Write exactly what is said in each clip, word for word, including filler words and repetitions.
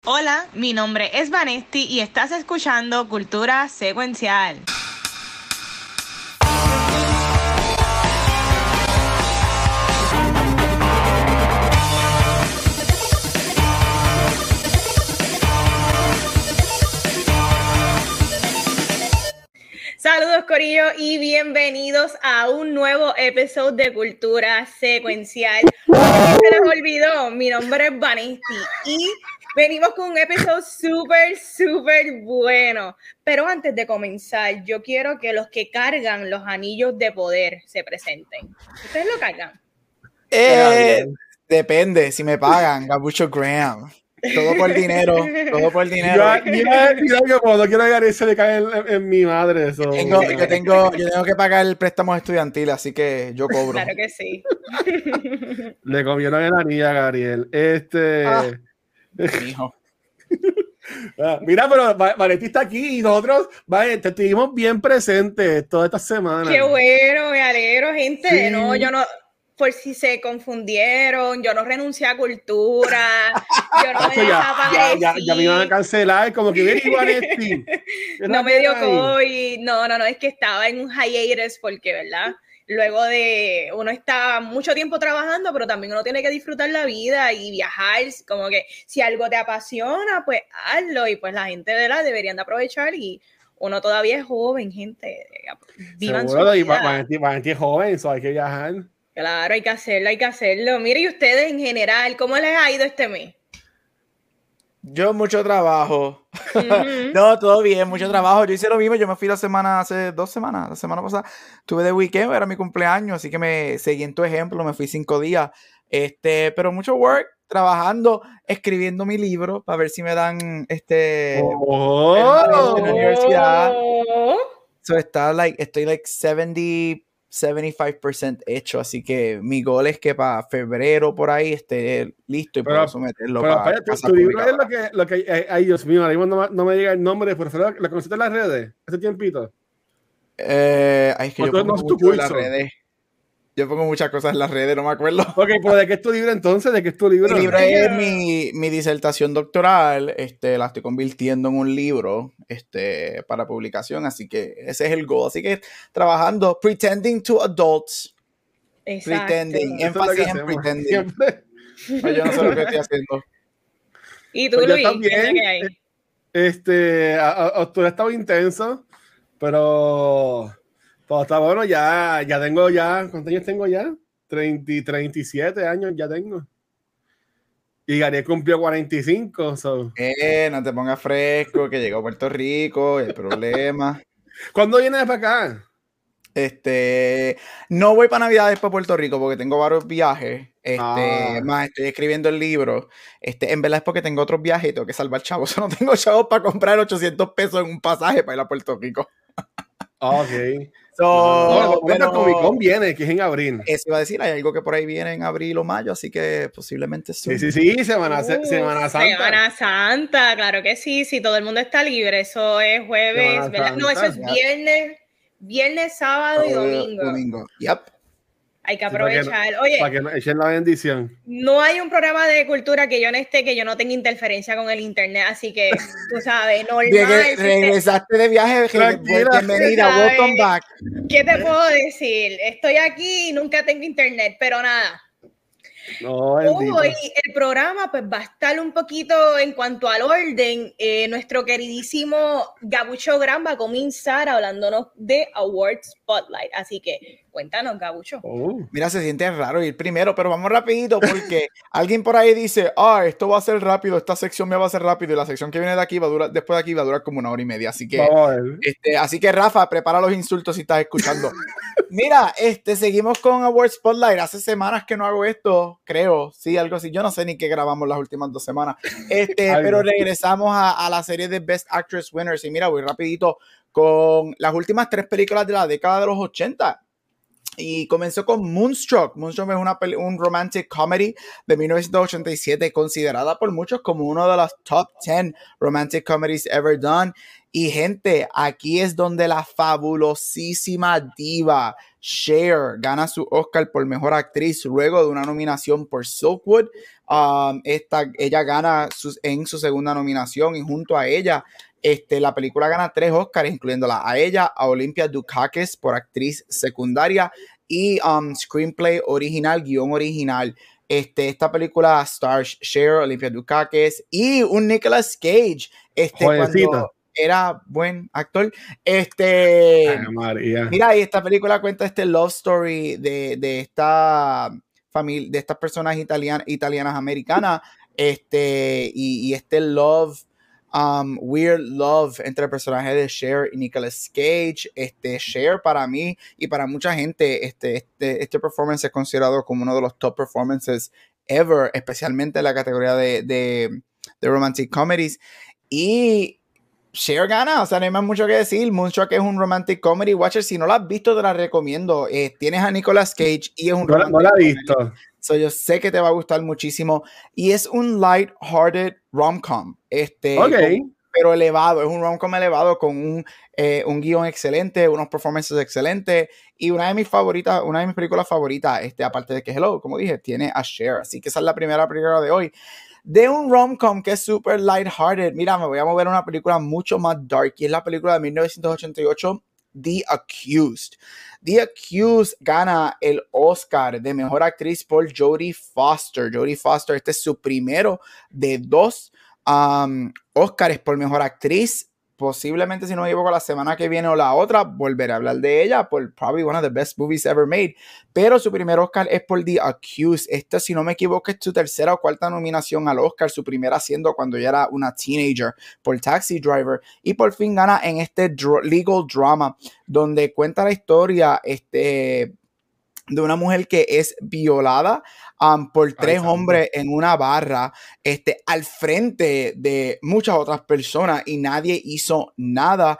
Hola, mi nombre es Vanesti y estás escuchando Cultura Secuencial. Saludos Corillo y bienvenidos a un nuevo episodio de Cultura Secuencial. Se les olvidó, mi nombre es Vanesti y venimos con un episodio súper, súper bueno. Pero antes de comenzar, yo quiero que los que cargan los anillos de poder se presenten. ¿Ustedes lo cargan? Eh, depende, si me pagan, Gabucho Graham. Todo por dinero, todo por dinero. Yo, yo, yo, yo como no quiero llegar ese de caer en, en mi madre. Eso. Yo tengo, yo, tengo, yo tengo que pagar el préstamo estudiantil, así que yo cobro. Claro que sí. Le comieron el anillo a Gabriel. Este. Ah, hijo. Ah, mira, pero Vanetti está aquí y nosotros vale, te estuvimos bien presentes toda esta semana. Qué bueno, me alegro, gente. Sí. No, yo no. Por si se confundieron, yo no renuncié a cultura, yo no me ya, desaparecí. Ya, ya, ya me iban a cancelar, como que viene Vanetti. No me dio COVID, no, no, no, es que estaba en un hiatus porque, ¿verdad? Luego de, uno está mucho tiempo trabajando, pero también uno tiene que disfrutar la vida y viajar, como que si algo te apasiona, pues hazlo, y pues la gente, ¿verdad? Deberían de aprovechar y uno todavía es joven, gente. Vivan Seguro, su y vida. Vanetti, Vanetti es joven, eso hay que viajar. Claro, hay que hacerlo, hay que hacerlo. Mire, y ustedes en general, ¿cómo les ha ido este mes? Yo mucho trabajo. Uh-huh. No, todo bien, mucho trabajo. Yo hice lo mismo, yo me fui la semana, hace dos semanas, la semana pasada, tuve de weekend, era mi cumpleaños, así que me seguí en tu ejemplo, me fui cinco días. Este, pero mucho work, trabajando, escribiendo mi libro, para ver si me dan este oh. en la universidad. So está like, estoy like setenta, setenta y cinco por ciento hecho, así que mi gol es que para febrero por ahí esté listo y pero, puedo someterlo pero, para tu, tu libro es lo que, lo que eh, ay Dios mío, ahora mismo no, no me llega el nombre, por favor, ¿lo conociste en las redes hace tiempito? Eh, ay, es que yo pongo no mucho en las redes. Yo pongo muchas cosas en las redes, no me acuerdo. Ok, pues ¿de qué es tu libro entonces? ¿De qué es tu libro? Mi libro es mi, mi disertación doctoral, este, la estoy convirtiendo en un libro este, para publicación, así que ese es el goal. Así que trabajando, pretending to adults. Exacto. Pretending, énfasis en pretending. Pues yo no sé lo que estoy haciendo. ¿Y tú, pues Luis? También, ¿qué hay? Este, octubre ha estado intenso, pero... Pues está bueno, ya, ya tengo ya, ¿cuántos años tengo ya? treinta, treinta y siete años ya tengo. Y Gabriel cumplió cuarenta y cinco. So. Eh, no te pongas fresco, que llegó a Puerto Rico, el problema. ¿Cuándo vienes para acá? Este, no voy para Navidades para Puerto Rico porque tengo varios viajes. Este, ah. más estoy escribiendo el libro. Este, en verdad es porque tengo otros viajes y tengo que salvar chavos. No tengo chavos para comprar ochocientos pesos en un pasaje para ir a Puerto Rico. Ok. So, no, no, pero, no, Comic Con viene, que es en abril. Eso iba a decir, hay algo que por ahí viene en abril o mayo, así que posiblemente sí. Sí, sí, sí, Semana, uh, Semana Santa. Semana Santa, claro que sí, si todo el mundo está libre, eso es jueves, ¿verdad? No, eso es viernes, viernes, sábado y domingo. Domingo, yep. Hay que aprovechar. Sí, para que no, Oye, para que no echen la bendición. No hay un programa de cultura que yo no esté, que yo no tenga interferencia con el internet, así que, tú sabes, normal. De que regresaste de viaje, bienvenida, welcome back. ¿Qué te puedo decir? Estoy aquí y nunca tengo internet, pero nada. No, Hoy el programa pues va a estar un poquito en cuanto al orden. Eh, nuestro queridísimo Gabucho Graham va a comenzar hablándonos de Awards Spotlight. Así que cuéntanos, Gabucho. Oh. Mira, se siente raro ir primero, pero vamos rapidito porque alguien por ahí dice, ah, esto va a ser rápido, esta sección me va a ser rápido y la sección que viene de aquí va a durar, después de aquí va a durar como una hora y media. Así que, este, así que Rafa, prepara los insultos si estás escuchando. Mira, este, seguimos con Awards Spotlight. Hace semanas que no hago esto, creo, sí, algo así. Yo no sé ni qué grabamos las últimas dos semanas. Este, pero regresamos a, a la serie de Best Actress Winners. Y mira, voy rapidito con las últimas tres películas de la década de los ochenta. Y comenzó con Moonstruck. Moonstruck es una un romantic comedy de mil novecientos ochenta y siete, considerada por muchos como uno de los top diez romantic comedies ever done. Y gente, aquí es donde la fabulosísima diva Cher gana su Oscar por Mejor Actriz luego de una nominación por Silkwood. Um, esta, ella gana sus, en su segunda nominación y junto a ella este, la película gana tres Oscars, incluyéndola a ella, a Olympia Dukakis por actriz secundaria y um, screenplay original, guión original. Este, esta película stars Cher, Olympia Dukakis y un Nicolas Cage. Este, cuando era buen actor. Este, Ay, María. Mira, y esta película cuenta este love story de, de esta familia, de estas personas italianas, italianas americanas, este, y, y este love, um, weird love entre el personaje de Cher y Nicolas Cage. Este, Cher para mí y para mucha gente, este, este, este performance es considerado como uno de los top performances ever, especialmente en la categoría de, de, de romantic comedies. Y Cher gana, o sea, no hay más mucho que decir. Moonstruck es un romantic comedy. Watcher, si no la has visto, te la recomiendo. Eh, tienes a Nicolas Cage y es un no, romantic no la he comedy. visto. So, yo sé que te va a gustar muchísimo. Y es un light-hearted rom-com. Este, okay. con, pero elevado. Es un rom-com elevado con un, eh, un guión excelente, unos performances excelentes. Y una de mis favoritas, una de mis películas favoritas, este, aparte de que Hello, como dije, tiene a Cher. Así que esa es la primera película de hoy. De un rom-com que es super lighthearted. Mira, me voy a mover a una película mucho más dark y es la película de mil novecientos ochenta y ocho, The Accused. The Accused gana el Oscar de Mejor Actriz por Jodie Foster. Jodie Foster, este es su primero de dos um, Oscars por Mejor Actriz. Posiblemente, si no me equivoco, la semana que viene o la otra volveré a hablar de ella por probably one of the best movies ever made. Pero su primer Oscar es por The Accused. Esta, si no me equivoco, es su tercera o cuarta nominación al Oscar. Su primera siendo cuando ella era una teenager por Taxi Driver. Y por fin gana en este dr- legal drama donde cuenta la historia este, de una mujer que es violada um, por tres Ay, hombres en una barra este, al frente de muchas otras personas y nadie hizo nada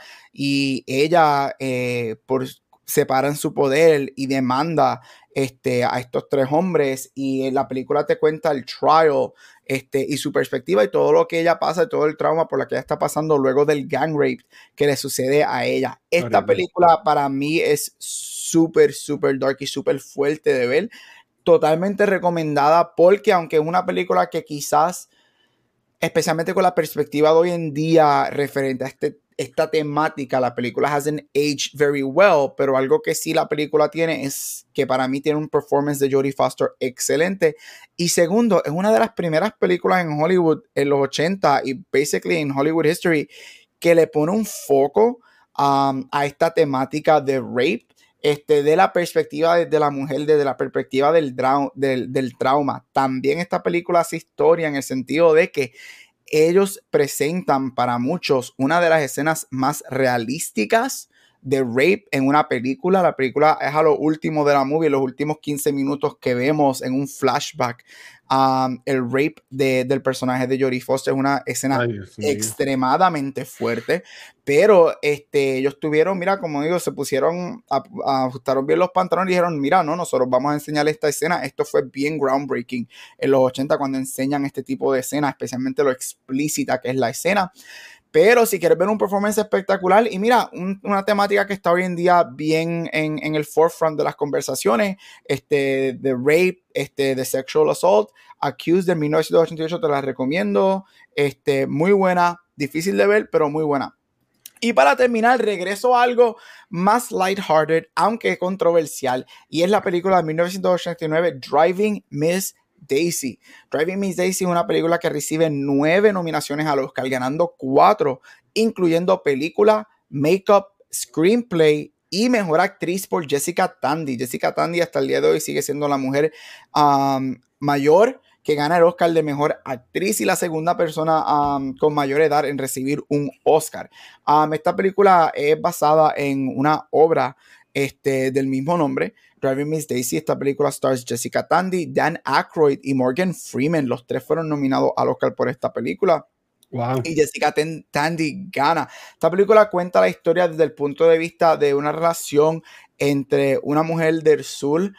y ella eh, por separan su poder y demanda este, a estos tres hombres y en la película te cuenta el trial este, y su perspectiva y todo lo que ella pasa y todo el trauma por la que ella está pasando luego del gang rape que le sucede a ella. Esta Horrible. película para mí es súper, súper dark y súper fuerte de ver. Totalmente recomendada porque aunque es una película que quizás, especialmente con la perspectiva de hoy en día referente a este, esta temática, la película hasn't aged very well, pero algo que sí la película tiene es que para mí tiene un performance de Jodie Foster excelente. Y segundo, es una de las primeras películas en Hollywood en los ochenta y basically en Hollywood history que le pone un foco um, a esta temática de rape. Este, de la perspectiva de, de la mujer, desde la perspectiva del, dra- del, del trauma. También esta película hace historia en el sentido de que ellos presentan para muchos una de las escenas más realísticas de rape en una película. La película es a lo último de la movie, los últimos quince minutos que vemos en un flashback. Um, el rape de, del personaje de Jodie Foster es una escena Ay, extremadamente fuerte, pero este, ellos tuvieron, mira, como digo, se pusieron, a, a ajustaron bien los pantalones y dijeron, mira, no, nosotros vamos a enseñar esta escena. Esto fue bien groundbreaking en los ochenta cuando enseñan este tipo de escena, especialmente lo explícita que es la escena. Pero si quieres ver un performance espectacular y mira, un, una temática que está hoy en día bien en, en el forefront de las conversaciones, este, de rape, este, de sexual assault, Accused de mil novecientos ochenta y ocho, te la recomiendo, este, muy buena, difícil de ver, pero muy buena. Y para terminar, regreso a algo más lighthearted, aunque controversial, y es la película de mil novecientos ochenta y nueve, Driving Miss Daisy. Driving Miss Daisy es una película que recibe nueve nominaciones al Oscar, ganando cuatro, incluyendo película, makeup, screenplay y mejor actriz por Jessica Tandy. Jessica Tandy hasta el día de hoy sigue siendo la mujer um, mayor que gana el Oscar de mejor actriz y la segunda persona um, con mayor edad en recibir un Oscar. Um, esta película es basada en una obra este, del mismo nombre, Driving Miss Daisy. Esta película stars Jessica Tandy, Dan Aykroyd y Morgan Freeman. Los tres fueron nominados al Oscar por esta película. Wow. Y Jessica Tandy gana. Esta película cuenta la historia desde el punto de vista de una relación entre una mujer del sur,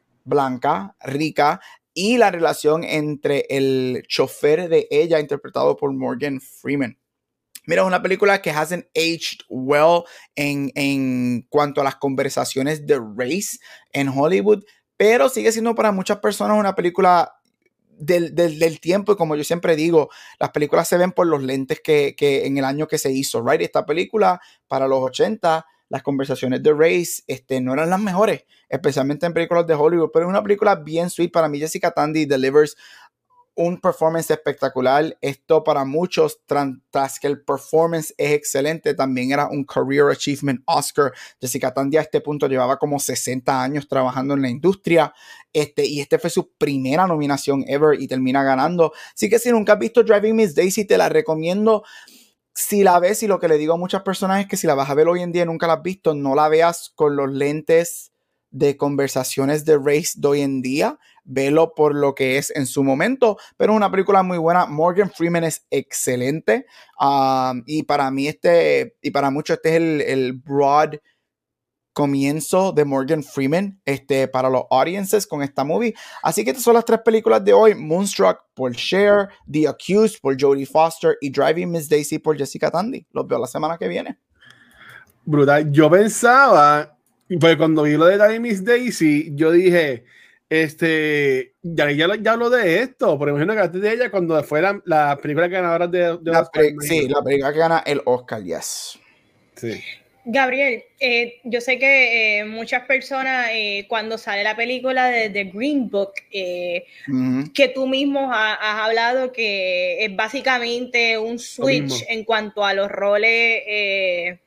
blanca, rica, y la relación entre el chofer de ella, interpretado por Morgan Freeman. Mira, es una película que hasn't aged well en, en cuanto a las conversaciones de race en Hollywood, pero sigue siendo para muchas personas una película del, del, del tiempo, y como yo siempre digo, las películas se ven por los lentes que, que en el año que se hizo, right? Esta película para los ochenta, las conversaciones de race este, no eran las mejores, especialmente en películas de Hollywood, pero es una película bien sweet. Para mí Jessica Tandy delivers un performance espectacular. Esto para muchos, tras que el performance es excelente, también era un Career Achievement Oscar. Jessica Tandy a este punto llevaba como sesenta años trabajando en la industria, este, y este fue su primera nominación ever y termina ganando. Así que si nunca has visto Driving Miss Daisy, te la recomiendo. Si la ves, y lo que le digo a muchas personas es que si la vas a ver hoy en día y nunca la has visto, no la veas con los lentes de conversaciones de race de hoy en día. Velo por lo que es en su momento, pero es una película muy buena. Morgan Freeman es excelente, um, y para mí este, y para muchos este es el, el broad comienzo de Morgan Freeman este, para los audiences con esta movie. Así que estas son las tres películas de hoy: Moonstruck por Cher, The Accused por Jodie Foster y Driving Miss Daisy por Jessica Tandy. Los veo la semana que viene. Brutal. Yo pensaba, pues cuando vi lo de Driving Miss Daisy, yo dije, este, ya, ya, ya habló de esto, pero imagino que antes de ella, cuando fue la, la película ganadora de, de la Oscar, pre- Sí, la película que gana el Oscar, yes. Sí. Gabriel, eh, yo sé que eh, muchas personas eh, cuando sale la película de The Green Book, eh, uh-huh. que tú mismo ha, has hablado que es básicamente un switch en cuanto a los roles eh,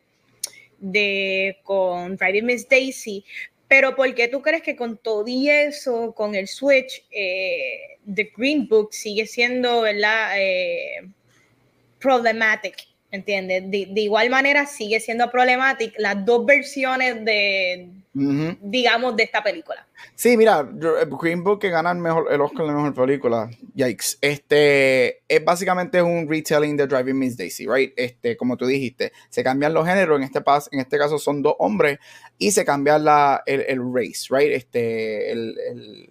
de con Driving Miss Daisy, pero ¿por qué tú crees que con todo y eso, con el switch, eh, The Green Book sigue siendo, ¿verdad? Eh, problematic, ¿entiendes? De, de igual manera sigue siendo problematic las dos versiones de, uh-huh. digamos, de esta película. Sí, mira, Green Book, que gana el, mejor, el Oscar de la mejor película, yikes, este, es básicamente un retelling de Driving Miss Daisy, right? Este, como tú dijiste, se cambian los géneros, en este, pas, en este caso son dos hombres, y se cambia la, el, el race, right? Este, el, el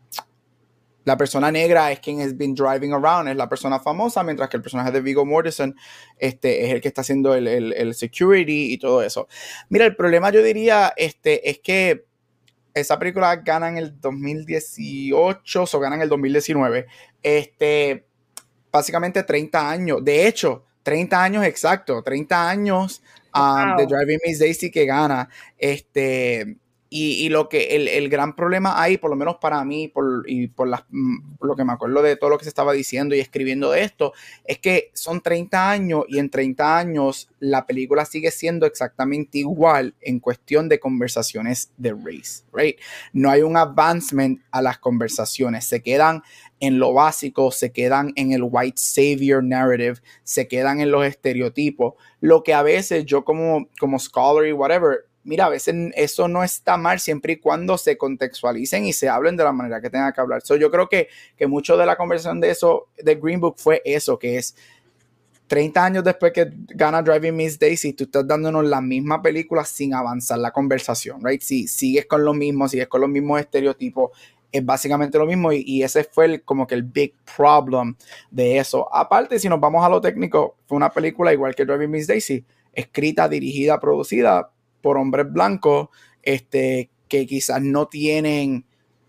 La persona negra es quien has been driving around, es la persona famosa, mientras que el personaje de Viggo Mortensen este, es el que está haciendo el, el, el security y todo eso. Mira, el problema yo diría este, es que esa película gana en el dos mil dieciocho o gana en el dos mil diecinueve. Este, básicamente treinta años. De hecho, treinta años exacto. treinta años um, wow. de Driving Miss Daisy que gana. Este... Y, y lo que el, el gran problema ahí, por lo menos para mí, por, y por, las, por lo que me acuerdo de todo lo que se estaba diciendo y escribiendo de esto, es que son treinta años y en treinta años la película sigue siendo exactamente igual en cuestión de conversaciones de race, right? No hay un advancement a las conversaciones, se quedan en lo básico, se quedan en el white savior narrative, se quedan en los estereotipos, lo que a veces yo como, como scholar y whatever, mira, a veces eso no está mal siempre y cuando se contextualicen y se hablen de la manera que tengan que hablar. So, yo creo que, que mucho de la conversación de eso, de Green Book, fue eso, que es treinta años después que gana Driving Miss Daisy, tú estás dándonos la misma película sin avanzar la conversación, right? Si sigues con lo mismo, sigues con los mismos estereotipos, es básicamente lo mismo y, y ese fue el, como que el big problem de eso. Aparte, si nos vamos a lo técnico, fue una película igual que Driving Miss Daisy, escrita, dirigida, producida por hombres blancos, este, que quizás no tienen,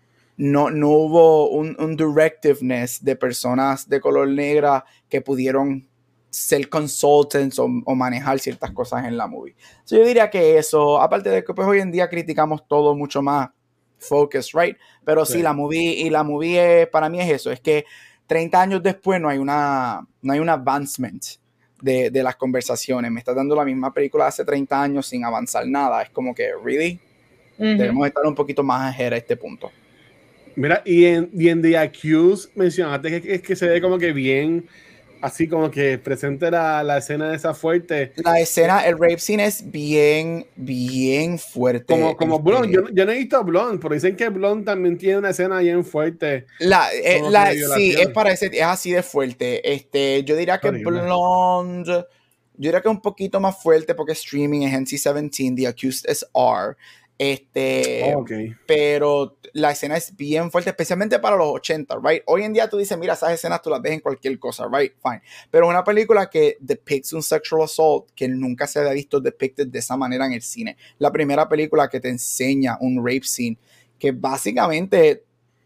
no, no hubo un, un directiveness de personas de color negra que pudieron ser consultants o, o manejar ciertas cosas en la movie. So, yo diría que eso, aparte de que pues hoy en día criticamos todo mucho más focus, right? Pero sí, sí la movie, y la movie es, para mí es eso, es que treinta años después no hay una, no hay un advancement De, de las conversaciones. Me estás dando la misma película de hace treinta años sin avanzar nada. Es como que, ¿really? Uh-huh. Debemos estar un poquito más ahead a este punto. Mira, y en, y en The Accused mencionaste que, es que se ve como que bien, así como que presente la, la escena de esa fuerte. La escena, el rape scene es bien, bien fuerte. Como, como este, Blonde. Yo, yo no he visto Blonde, pero dicen que Blonde también tiene una escena bien fuerte. La, eh, la, sí, es, para ese, es así de fuerte. Este, yo diría que Horrible. Blonde, yo diría que es un poquito más fuerte porque streaming es N C diecisiete, The Accused es R. Este, oh, okay. Pero la escena es bien fuerte, especialmente para los ochenta, right? Hoy en día tú dices, mira, esas escenas tú las ves en cualquier cosa, right? Fine. Pero es una película que depicts un sexual assault que nunca se había visto depicted de esa manera en el cine. La primera película que te enseña un rape scene, que básicamente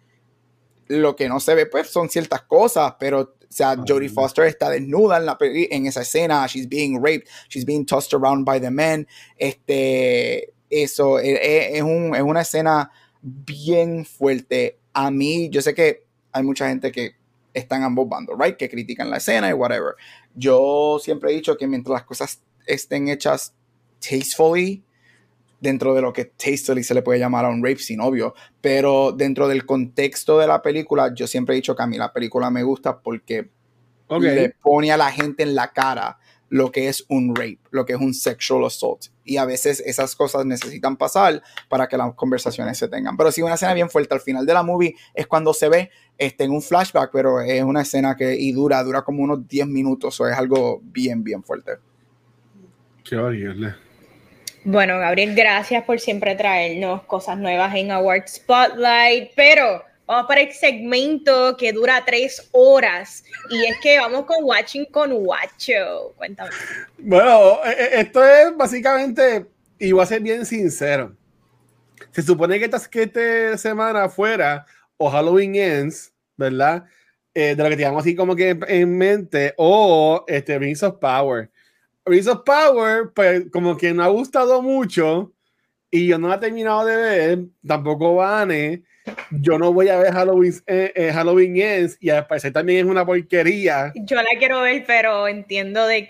lo que no se ve, pues, son ciertas cosas, pero, o sea, oh, Jodie Foster está desnuda en, la, en esa escena, she's being raped, she's being tossed around by the men, este... Eso es, es, un, es una escena bien fuerte. A mí, yo sé que hay mucha gente que está en ambos bandos, right? Que critican la escena y whatever. Yo siempre he dicho que mientras las cosas estén hechas tastefully, dentro de lo que tastefully se le puede llamar a un rape scene, obvio, pero dentro del contexto de la película, yo siempre he dicho que a mí la película me gusta porque okay. le pone a la gente en la cara lo que es un rape, lo que es un sexual assault. Y a veces esas cosas necesitan pasar para que las conversaciones se tengan. Pero sí, una escena bien fuerte. Al final de la movie es cuando se ve este, en un flashback, pero es una escena que y dura, dura como unos diez minutos. O es algo bien, bien fuerte. Qué horrible. Bueno, Gabriel, gracias por siempre traernos cosas nuevas en Award Spotlight. Pero vamos para el segmento que dura tres horas. Y es que vamos con Watching con Guacho. Cuéntame. Bueno, esto es básicamente, y voy a ser bien sincero. Se supone que esta, que esta semana fuera o Halloween Ends, ¿verdad? Eh, de lo que teníamos así como que en mente, o este, Rings of Power. Rings of Power, pues como que no ha gustado mucho y yo no la he terminado de ver, tampoco Vane. Yo no voy a ver Halloween, eh, eh, Halloween Ends y al parecer también es una porquería. Yo la quiero ver, pero entiendo de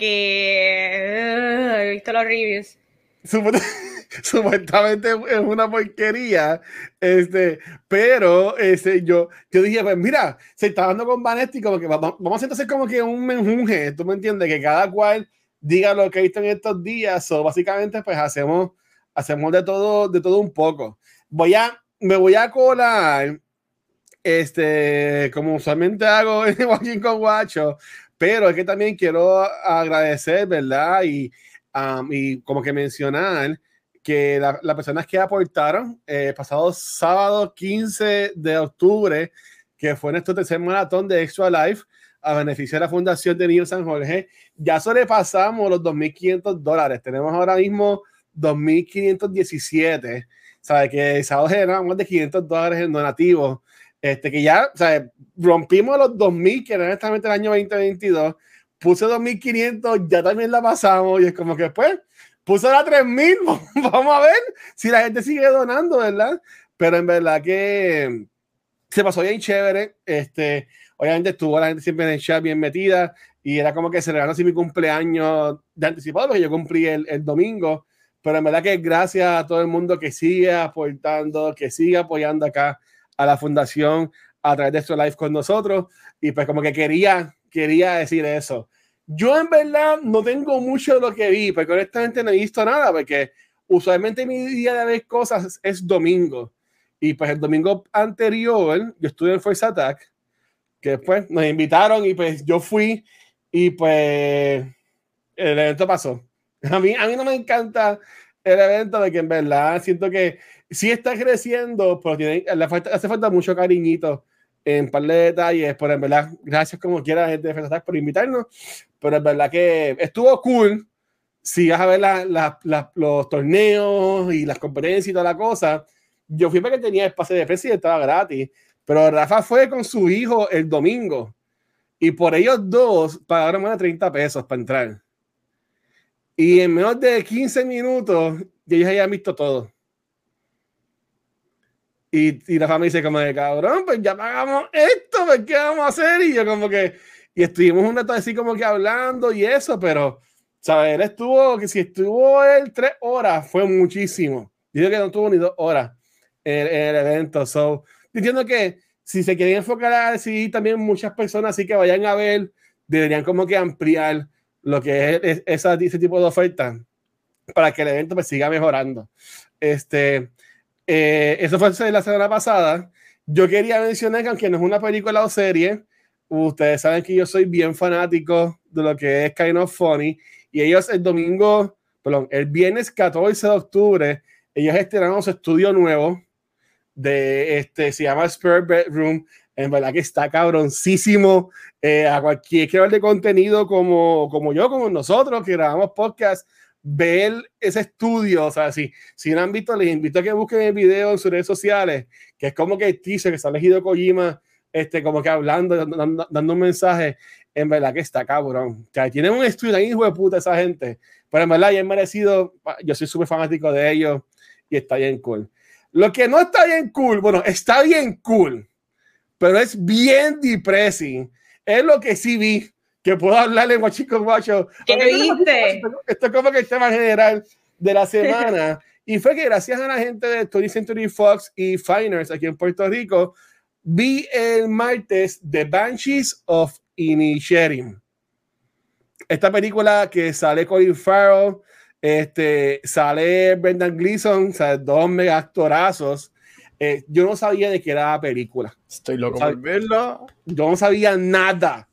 que uh, he visto los reviews. Supuestamente es una porquería, este, pero este, yo, yo dije, pues mira, se está dando con Vanetti, como que vamos, vamos a hacer como que un menjunje, tú me entiendes, que cada cual diga lo que ha visto en estos días, o básicamente pues hacemos, hacemos de todo, de todo un poco. Voy a Me voy a colar, este, como usualmente hago en Watching con Guacho, pero es que también quiero agradecer, ¿verdad? Y, um, y como que mencionar que las la personas que aportaron eh, pasado sábado quince de octubre, que fue nuestro tercer maratón de Extra Life, a beneficio de la Fundación de Niños San Jorge, ya sobrepasamos los dos mil quinientos dólares. Tenemos ahora mismo dos mil quinientos diecisiete. ¿Sabe? Que el sábado generamos más de quinientos dólares en donativos, este, que ya, ¿sabe? Rompimos los dos mil, que era honestamente el año veinte veintidós, puse dos mil quinientos, ya también la pasamos, y es como que después, puse la tres mil, vamos a ver si la gente sigue donando, ¿verdad? Pero en verdad que se pasó bien chévere, este, obviamente estuvo la gente siempre en el chat bien metida, y era como que celebrando así mi cumpleaños de anticipado, porque yo cumplí el, el domingo. Pero en verdad que gracias a todo el mundo que sigue aportando, que sigue apoyando acá a la fundación a través de Extra Life con nosotros. Y pues como que quería, quería decir eso. Yo en verdad no tengo mucho de lo que vi, porque honestamente no he visto nada, porque usualmente mi día de ver cosas es domingo. Y pues el domingo anterior yo estuve en First Attack, que después nos invitaron y pues yo fui y pues el evento pasó. A mí, a mí no me encanta el evento, de que en verdad siento que sí está creciendo, pero tiene, le falta, hace falta mucho cariñito en un par de detalles, pero en verdad, gracias como quiera gente de FESATAC por invitarnos, pero en verdad que estuvo cool. Si vas a ver la, la, la, los torneos y las competencias y toda la cosa, yo fui porque tenía espacio de prensa y estaba gratis, pero Rafa fue con su hijo el domingo y por ellos dos pagaron más de treinta pesos para entrar. Y en menos de quince minutos, ellos ya han visto todo. Y, y la familia dice como de cabrón, pues ya pagamos esto, pues ¿qué vamos a hacer? Y yo como que, y estuvimos un rato así como que hablando y eso, pero, ¿sabes? Él estuvo, que si estuvo él tres horas, fue muchísimo. Yo digo que no estuvo ni dos horas en, en el evento. So, entiendo que si se quieren enfocar a decidir también muchas personas así que vayan a ver, deberían como que ampliar lo que es, es esa, ese tipo de ofertas para que el evento pues siga mejorando. Este, eh, eso fue la semana pasada. Yo quería mencionar que aunque no es una película o serie, ustedes saben que yo soy bien fanático de lo que es Kind of Funny, y ellos el domingo, perdón, el viernes catorce de octubre ellos estrenaron su estudio nuevo de este, se llama Spare Bedroom. En verdad que está cabroncísimo. Eh, a cualquier creador de contenido como, como yo, como nosotros que grabamos podcast, ver ese estudio, o sea, si, si no han visto, les invito a que busquen el video en sus redes sociales, que es como que el teaser que sale Hideo Kojima, este, como que hablando, dando, dando un mensaje. En verdad que está cabrón. O sea, tienen un estudio ahí, hijo de puta, esa gente. Pero en verdad ya es merecido. Yo soy súper fanático de ellos y está bien cool. Lo que no está bien cool, bueno, está bien cool, pero es bien depressing. Es lo que sí vi, que puedo hablarle en Guachico Guacho. ¿Qué viste? Esto es como que el tema general de la semana. Y fue que gracias a la gente de twentieth Century Fox y Finers aquí en Puerto Rico, vi el martes The Banshees of Inisherin. Esta película que sale Colin Farrell, este, sale Brendan Gleeson, o sea, dos mega actorazos. Eh, yo no sabía de qué era la película. Estoy loco por verla. Yo no sabía nada.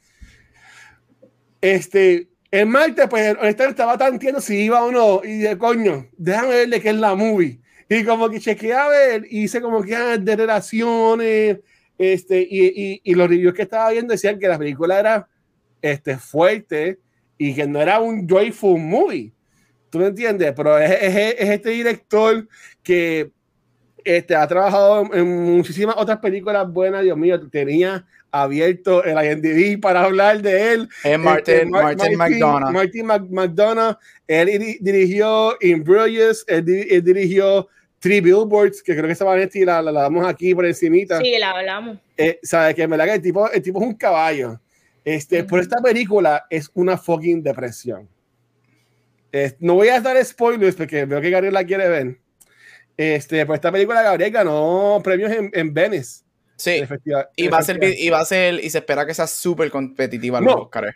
Este, el martes, pues, honestamente estaba tan tierno si iba o no. Y de coño, déjame ver de qué es la movie. Y como que chequeé a ver, hice como que ah, de relaciones. Este, y, y, y los reviews que estaba viendo decían que la película era este, fuerte y que no era un joyful movie. ¿Tú me entiendes? Pero es, es, es este director que este, ha trabajado en, en muchísimas otras películas buenas. Dios mío, tenía abierto el I M D B para hablar de él. Es Martin, este, Mar Martin, Martin McDonagh. Martin McDonagh. Él dirigió Imbruges, él, él dirigió Three Billboards, que creo que esa Vanetti la, la, la damos aquí por encimita. Sí, la hablamos. Eh, ¿Sabes? Que en verdad que el tipo, el tipo es un caballo. Este, uh-huh. Por esta película es una fucking depresión. Eh, no voy a dar spoilers porque veo que Gabriel la quiere ver. Este, por esta película Gabriel ganó premios en, en Venice. Sí, y va, a ser, y va a ser, y se espera que sea súper competitiva los no, Oscars.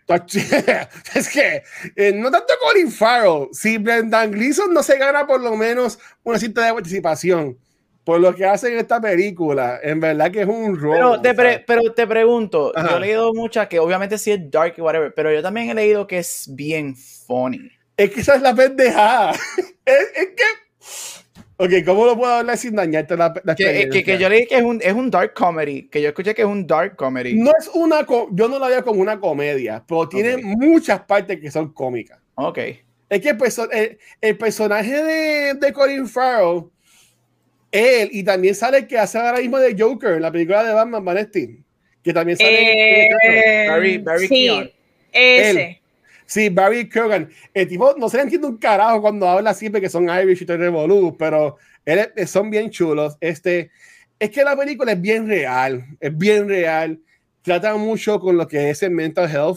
Es que, eh, no tanto Colin Farrell, si Brendan Gleeson no se gana por lo menos una cinta de participación por lo que hace en esta película, en verdad que es un robo. Pero te, pre, pero te pregunto, ajá, yo he leído muchas que obviamente sí es dark y whatever, pero yo también he leído que es bien funny. Es que esa es la pendejada. es, es que ok, ¿cómo lo puedo hablar sin dañarte la, la que, que, que yo leí que es un, es un dark comedy, que yo escuché que es un dark comedy. No es una, yo no la veo como una comedia, pero tiene okay. muchas partes que son cómicas. Ok. Es que el, perso el, el personaje de, de Colin Farrell, él, y también sale el que hace ahora mismo de Joker en la película de Batman, Vanesti, que también sale eh, Barry, Barry sí, Keoghan. Ese. Él, sí, Barry Keoghan. El tipo no se le entiende un carajo cuando habla siempre que son Irish y todo el revolú, pero él, son bien chulos. Este, es que la película es bien real, es bien real. Trata mucho con lo que es el mental health,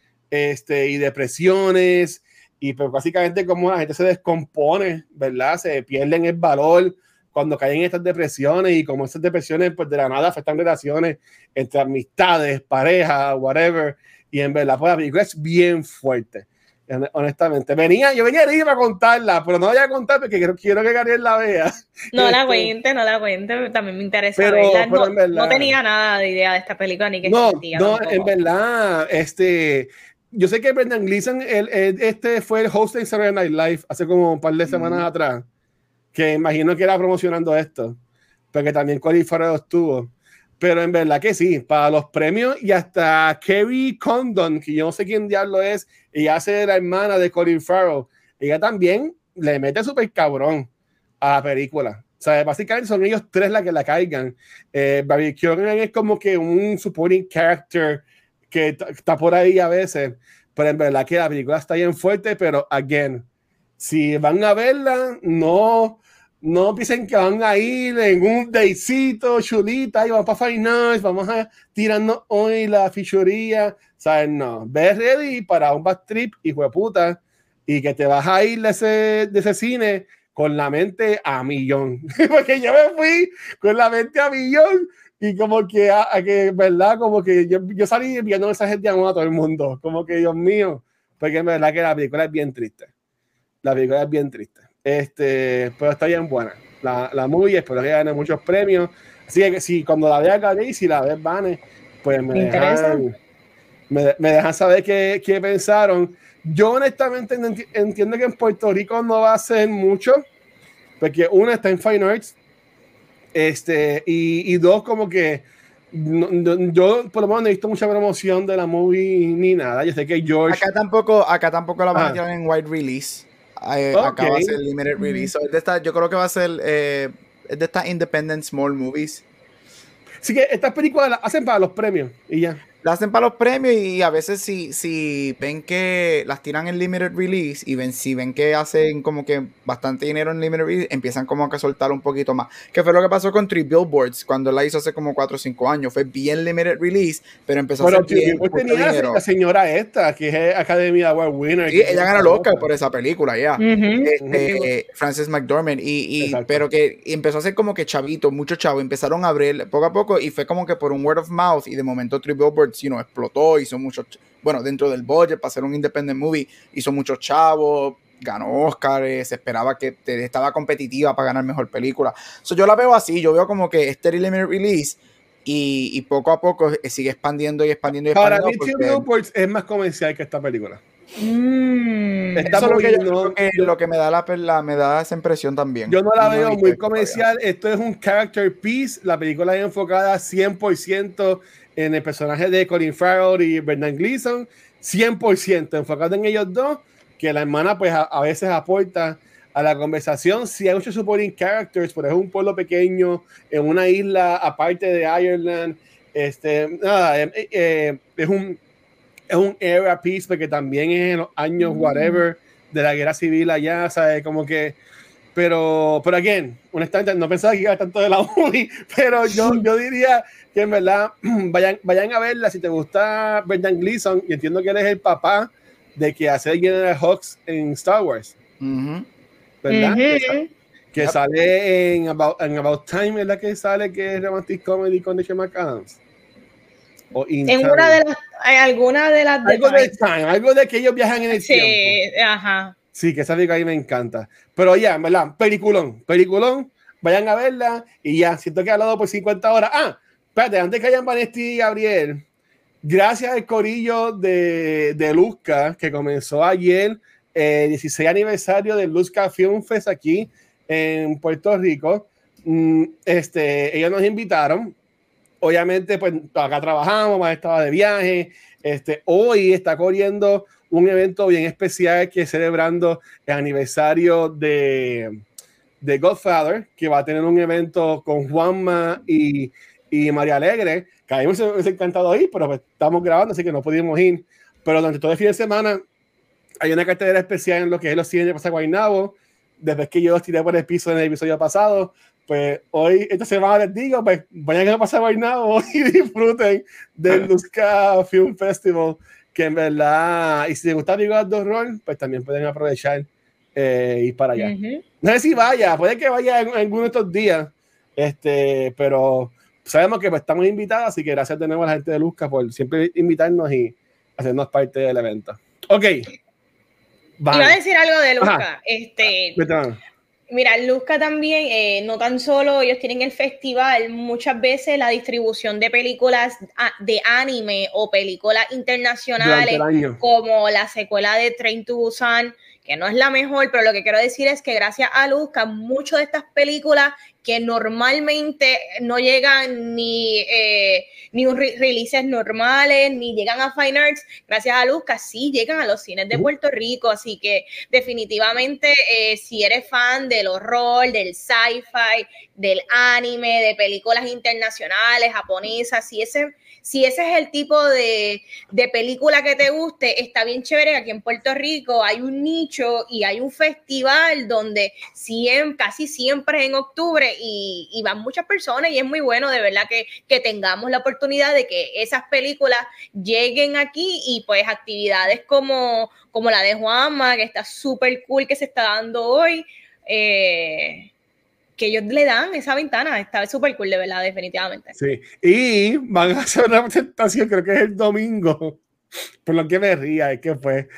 este, y depresiones, y pues básicamente cómo la gente se descompone, ¿verdad? Se pierden el valor cuando caen en estas depresiones, y como esas depresiones pues de la nada afectan relaciones entre amistades, parejas, whatever. Y en verdad, pues la película es bien fuerte, honestamente. Venía, yo venía a ir a contarla, pero no la voy a contar porque quiero, quiero que Gabriel la vea. No este, la cuente, no la cuente, también me interesa pero, verla. pero No, verdad, no tenía nada de idea de esta película ni que no, existía. No, tampoco. En verdad, este, yo sé que Brendan Gleeson, él, él, este fue el host de Saturday Night Live hace como un par de semanas mm. atrás, que imagino que era promocionando esto, porque también Colin Farrell estuvo. Pero en verdad que sí, para los premios, y hasta Kerry Condon, que yo no sé quién diablo es, ella hace la hermana de Colin Farrell, ella también le mete súper cabrón a la película. O sea, básicamente son ellos tres las que la caigan. Eh, Barry Keoghan es como que un supporting character que está por ahí a veces, pero en verdad que la película está bien fuerte, pero again, si van a verla, no... No piensen que van a ir en un daycito chulita y vamos para Finance, vamos a tirarnos hoy la fichuría, ¿sabes? No, ve ready para un bad trip, hijo de puta, y que te vas a ir de ese, de ese cine con la mente a millón. Porque yo me fui con la mente a millón y como que, a, a que ¿verdad? Como que yo, yo salí enviando mensajes de amor a todo el mundo, como que Dios mío, porque en verdad que la película es bien triste. La película es bien triste. Este, pero está bien buena la, la movie, espero que gane muchos premios, así que si cuando la vea Gabriel, si la ves Vane, pues me, ¿Me dejan, me, me dejan saber qué, qué pensaron. Yo honestamente enti entiendo que en Puerto Rico no va a ser mucho, porque una está en Fine Arts, este, y, y dos como que no, no, yo por lo menos no he visto mucha promoción de la movie ni nada. Yo sé que George... Acá tampoco, acá tampoco la van ah. a tirar en wide release. Eh, okay. Acá va a ser limited release. So, es de esta, yo creo que va a ser eh, es de estas independent small movies. Así que estas películas las hacen para los premios y ya. Las hacen para los premios y a veces si, si ven que las tiran en limited release y ven, si ven que hacen como que bastante dinero en limited release, empiezan como que a soltar un poquito más. Que fue lo que pasó con Three Billboards cuando la hizo hace como cuatro o cinco años. Fue bien limited release, pero empezó pero, a ser bien mucho dinero. La señora esta, que es Academy Award winner. Sí, ella ganó el Oscar por esa película ya. Uh-huh. este, uh-huh. Frances McDormand. Y, y, pero que empezó a ser como que chavito, muchos chavos. Empezaron a abrir poco a poco y fue como que por un word of mouth y de momento Three Billboards You know, explotó, hizo muchos, bueno, dentro del budget para hacer un independent movie, hizo muchos chavos, ganó Oscars, se esperaba que te, estaba competitiva para ganar mejor película. So, yo la veo así, yo veo como que este limited release y, y poco a poco sigue expandiendo y expandiendo y expandiendo. Para mí, Three Billboards es más comercial que esta película. Mm, eso es lo que, yo, que, lo que me da la, la me da esa impresión también. Yo no la veo muy comercial. Todavía. Esto es un character piece. La película es enfocada cien por ciento en el personaje de Colin Farrell y Brendan Gleeson, cien por ciento enfocado en ellos dos, que la hermana pues a, a veces aporta a la conversación. Si hay muchos supporting characters, pero es un pueblo pequeño en una isla aparte de Ireland, este, nada, eh, eh, es un es un era piece porque también es en los años mm. whatever de la guerra civil allá, ¿sabes? Como que pero, pero again, honestamente no pensaba que iba tanto de la movie, pero yo, yo diría que en verdad vayan, vayan a verla si te gusta Brendan Gleeson, y entiendo que él es el papá de que hace General Hux en Star Wars, uh-huh. ¿verdad? Uh-huh. Que, sale, que yep. sale en About, en About Time, es la que sale que es romantic comedy con Rachel McAdams. O in en una de las, alguna de las algo de time, algo de que ellos viajan en el sí, tiempo. Sí, ajá. Sí, que esa película a mí me encanta. Pero ya, ¿verdad? Peliculón, peliculón. Vayan a verla y ya, siento que he hablado por cincuenta horas. Ah, espérate, antes que hayan Vanesti y Gabriel, gracias al corillo de, de Luzca, que comenzó ayer, eh, dieciséis aniversario del Luzca Film Fest aquí en Puerto Rico. Mm, este, ellos nos invitaron. Obviamente, pues acá trabajamos, más estaba de viaje. Este, hoy está corriendo un evento bien especial que es celebrando el aniversario de, de Godfather, que va a tener un evento con Juanma y, y María Alegre, que a mí me hubiese encantado ir, pero pues, estamos grabando, así que no pudimos ir. Pero durante todo el fin de semana hay una cartelera especial en lo que es los cines de Plaza Guaynabo. Desde que yo los tiré por el piso en el episodio pasado, pues hoy, esta semana les digo, pues vayan a Plaza Guaynabo y disfruten del Luzca Film Festival, que en verdad, y si les gusta películas de horror, pues también pueden aprovechar eh, ir para allá. Uh-huh. No sé si vaya, puede que vaya en, en alguno de estos días, este, pero sabemos que pues, estamos invitados, así que gracias de nuevo a la gente de Luzca por siempre invitarnos y hacernos parte del evento. Ok. Vale. Iba a decir algo de Luzca. Este, mira, Luzca también, eh, no tan solo ellos tienen el festival, muchas veces la distribución de películas de anime o películas internacionales, como la secuela de Train to Busan, que no es la mejor, pero lo que quiero decir es que gracias a Luzca, muchas de estas películas que normalmente no llegan ni, eh, ni un re releases normales, ni llegan a Fine Arts, gracias a Luzca sí llegan a los cines de Puerto Rico, así que definitivamente eh, si eres fan del horror, del sci-fi, del anime, de películas internacionales, japonesas, si ese... Si ese es el tipo de, de película que te guste, está bien chévere. Aquí en Puerto Rico hay un nicho y hay un festival donde siempre, casi siempre es en octubre y, y van muchas personas y es muy bueno de verdad que, que tengamos la oportunidad de que esas películas lleguen aquí y pues actividades como, como la de Juanma, que está súper cool que se está dando hoy, eh, que ellos le dan esa ventana, está súper cool de verdad, definitivamente. Sí, y van a hacer una presentación, creo que es el domingo, por lo que me ría, es que fue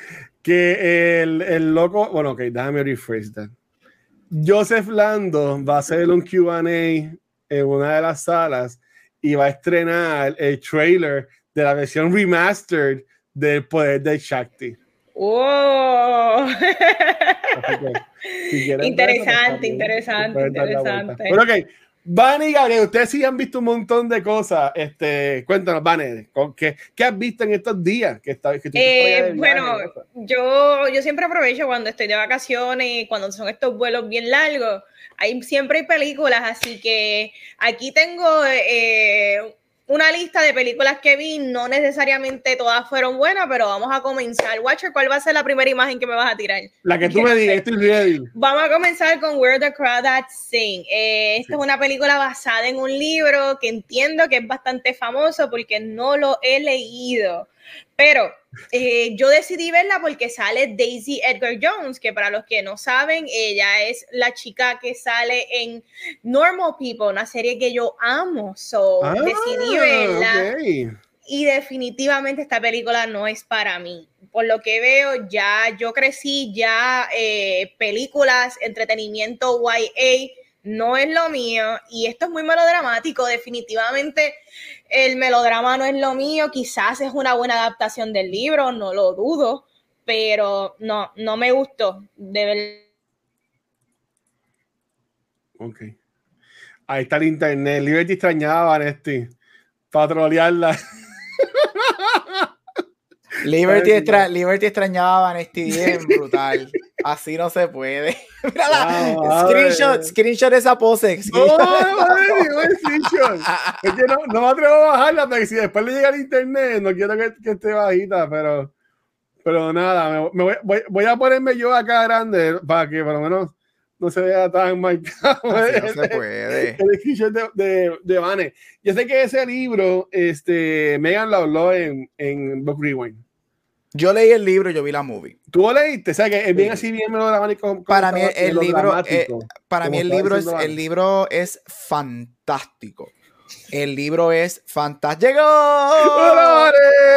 que el, el loco, bueno, ok, déjame rephrase that. Joseph Lando va a hacer un Q and A en una de las salas y va a estrenar el trailer de la versión remastered del Poder de Shakti. ¡Wow! Si interesante, interesante, interesante. Pero ok, Vane y Gabriel, ustedes sí han visto un montón de cosas. Este, cuéntanos, Vane, ¿qué, ¿qué has visto en estos días? Que está, que tú eh, bueno, yo, yo siempre aprovecho cuando estoy de vacaciones, cuando son estos vuelos bien largos. Hay, siempre hay películas, así que aquí tengo eh, una lista de películas que vi, no necesariamente todas fueron buenas, pero vamos a comenzar. Watcher, ¿cuál va a ser la primera imagen que me vas a tirar? La que tú me digas, estoy ready. Vamos a comenzar con Where the Crawdads Sing. Eh, esta sí. es una película basada en un libro que entiendo que es bastante famoso porque no lo he leído. Pero eh, yo decidí verla porque sale Daisy Edgar Jones, que para los que no saben, ella es la chica que sale en Normal People, una serie que yo amo. So, ah, decidí verla. Okay. Y definitivamente esta película no es para mí. Por lo que veo, ya yo crecí, ya eh, películas, entretenimiento Y A no es lo mío. Y esto es muy melodramático. Definitivamente el melodrama no es lo mío. Quizás es una buena adaptación del libro, no lo dudo. Pero no, no me gustó. De verdad. Ok. Ahí está el internet. Liberty extrañaba, Vanesti, para trolearla. Liberty, extra, Liberty extrañaba a Vanesti bien brutal. Así no se puede. Mírala. No, screenshot, screenshot de esa pose. No, madre, no, screenshot. Es que no, no me atrevo a bajarla porque si después le llega al internet, no quiero que, que esté bajita, pero, pero nada, me, me voy, voy, voy a ponerme yo acá grande para que por lo menos no se vea tan marcado. Así no se puede. El screenshot de, de, de Vane. Yo sé que ese libro, este, Megan lo habló en, en Book Rewind. Yo leí el libro y yo vi la movie. ¿Tú lo leíste? O sea, que es bien así, bien melodramático. Para mí el libro, eh, para mí el libro es, el libro es fantástico. El libro es fantástico. ¡Llegó!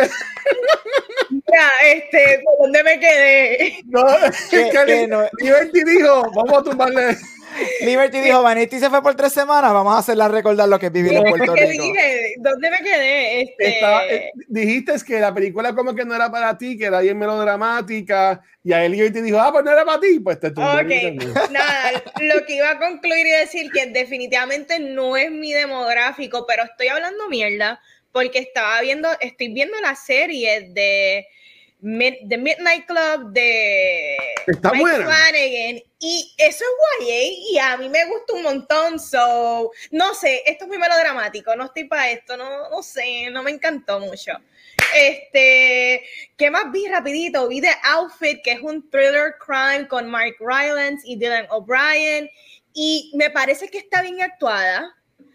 Mira, este, ¿dónde me quedé? No, ¿Qué, que que no? Liberty dijo, vamos a tumbarle. Liberty dijo, Vanesti se fue por tres semanas, vamos a hacerla recordar lo que es vivir en Puerto Rico. Dije, ¿dónde me quedé? Este... Estaba, eh, dijiste que la película como que no era para ti, que era bien melodramática, y a él Liberty dijo, ah, pues no era para ti, pues te tumbó. Ok, nada, lo que iba a concluir y decir que definitivamente no es mi demográfico, pero estoy hablando mierda, porque estaba viendo, estoy viendo la serie de Mid, The Midnight Club de Está Mike buena. Flanagan, y eso es Y A y a mí me gusta un montón, so no sé, esto es muy melodramático, no estoy para esto, no, no sé, no me encantó mucho. Este, ¿qué más vi rapidito? Vi The Outfit, que es un thriller crime con Mark Rylance y Dylan O'Brien, y me parece que está bien actuada,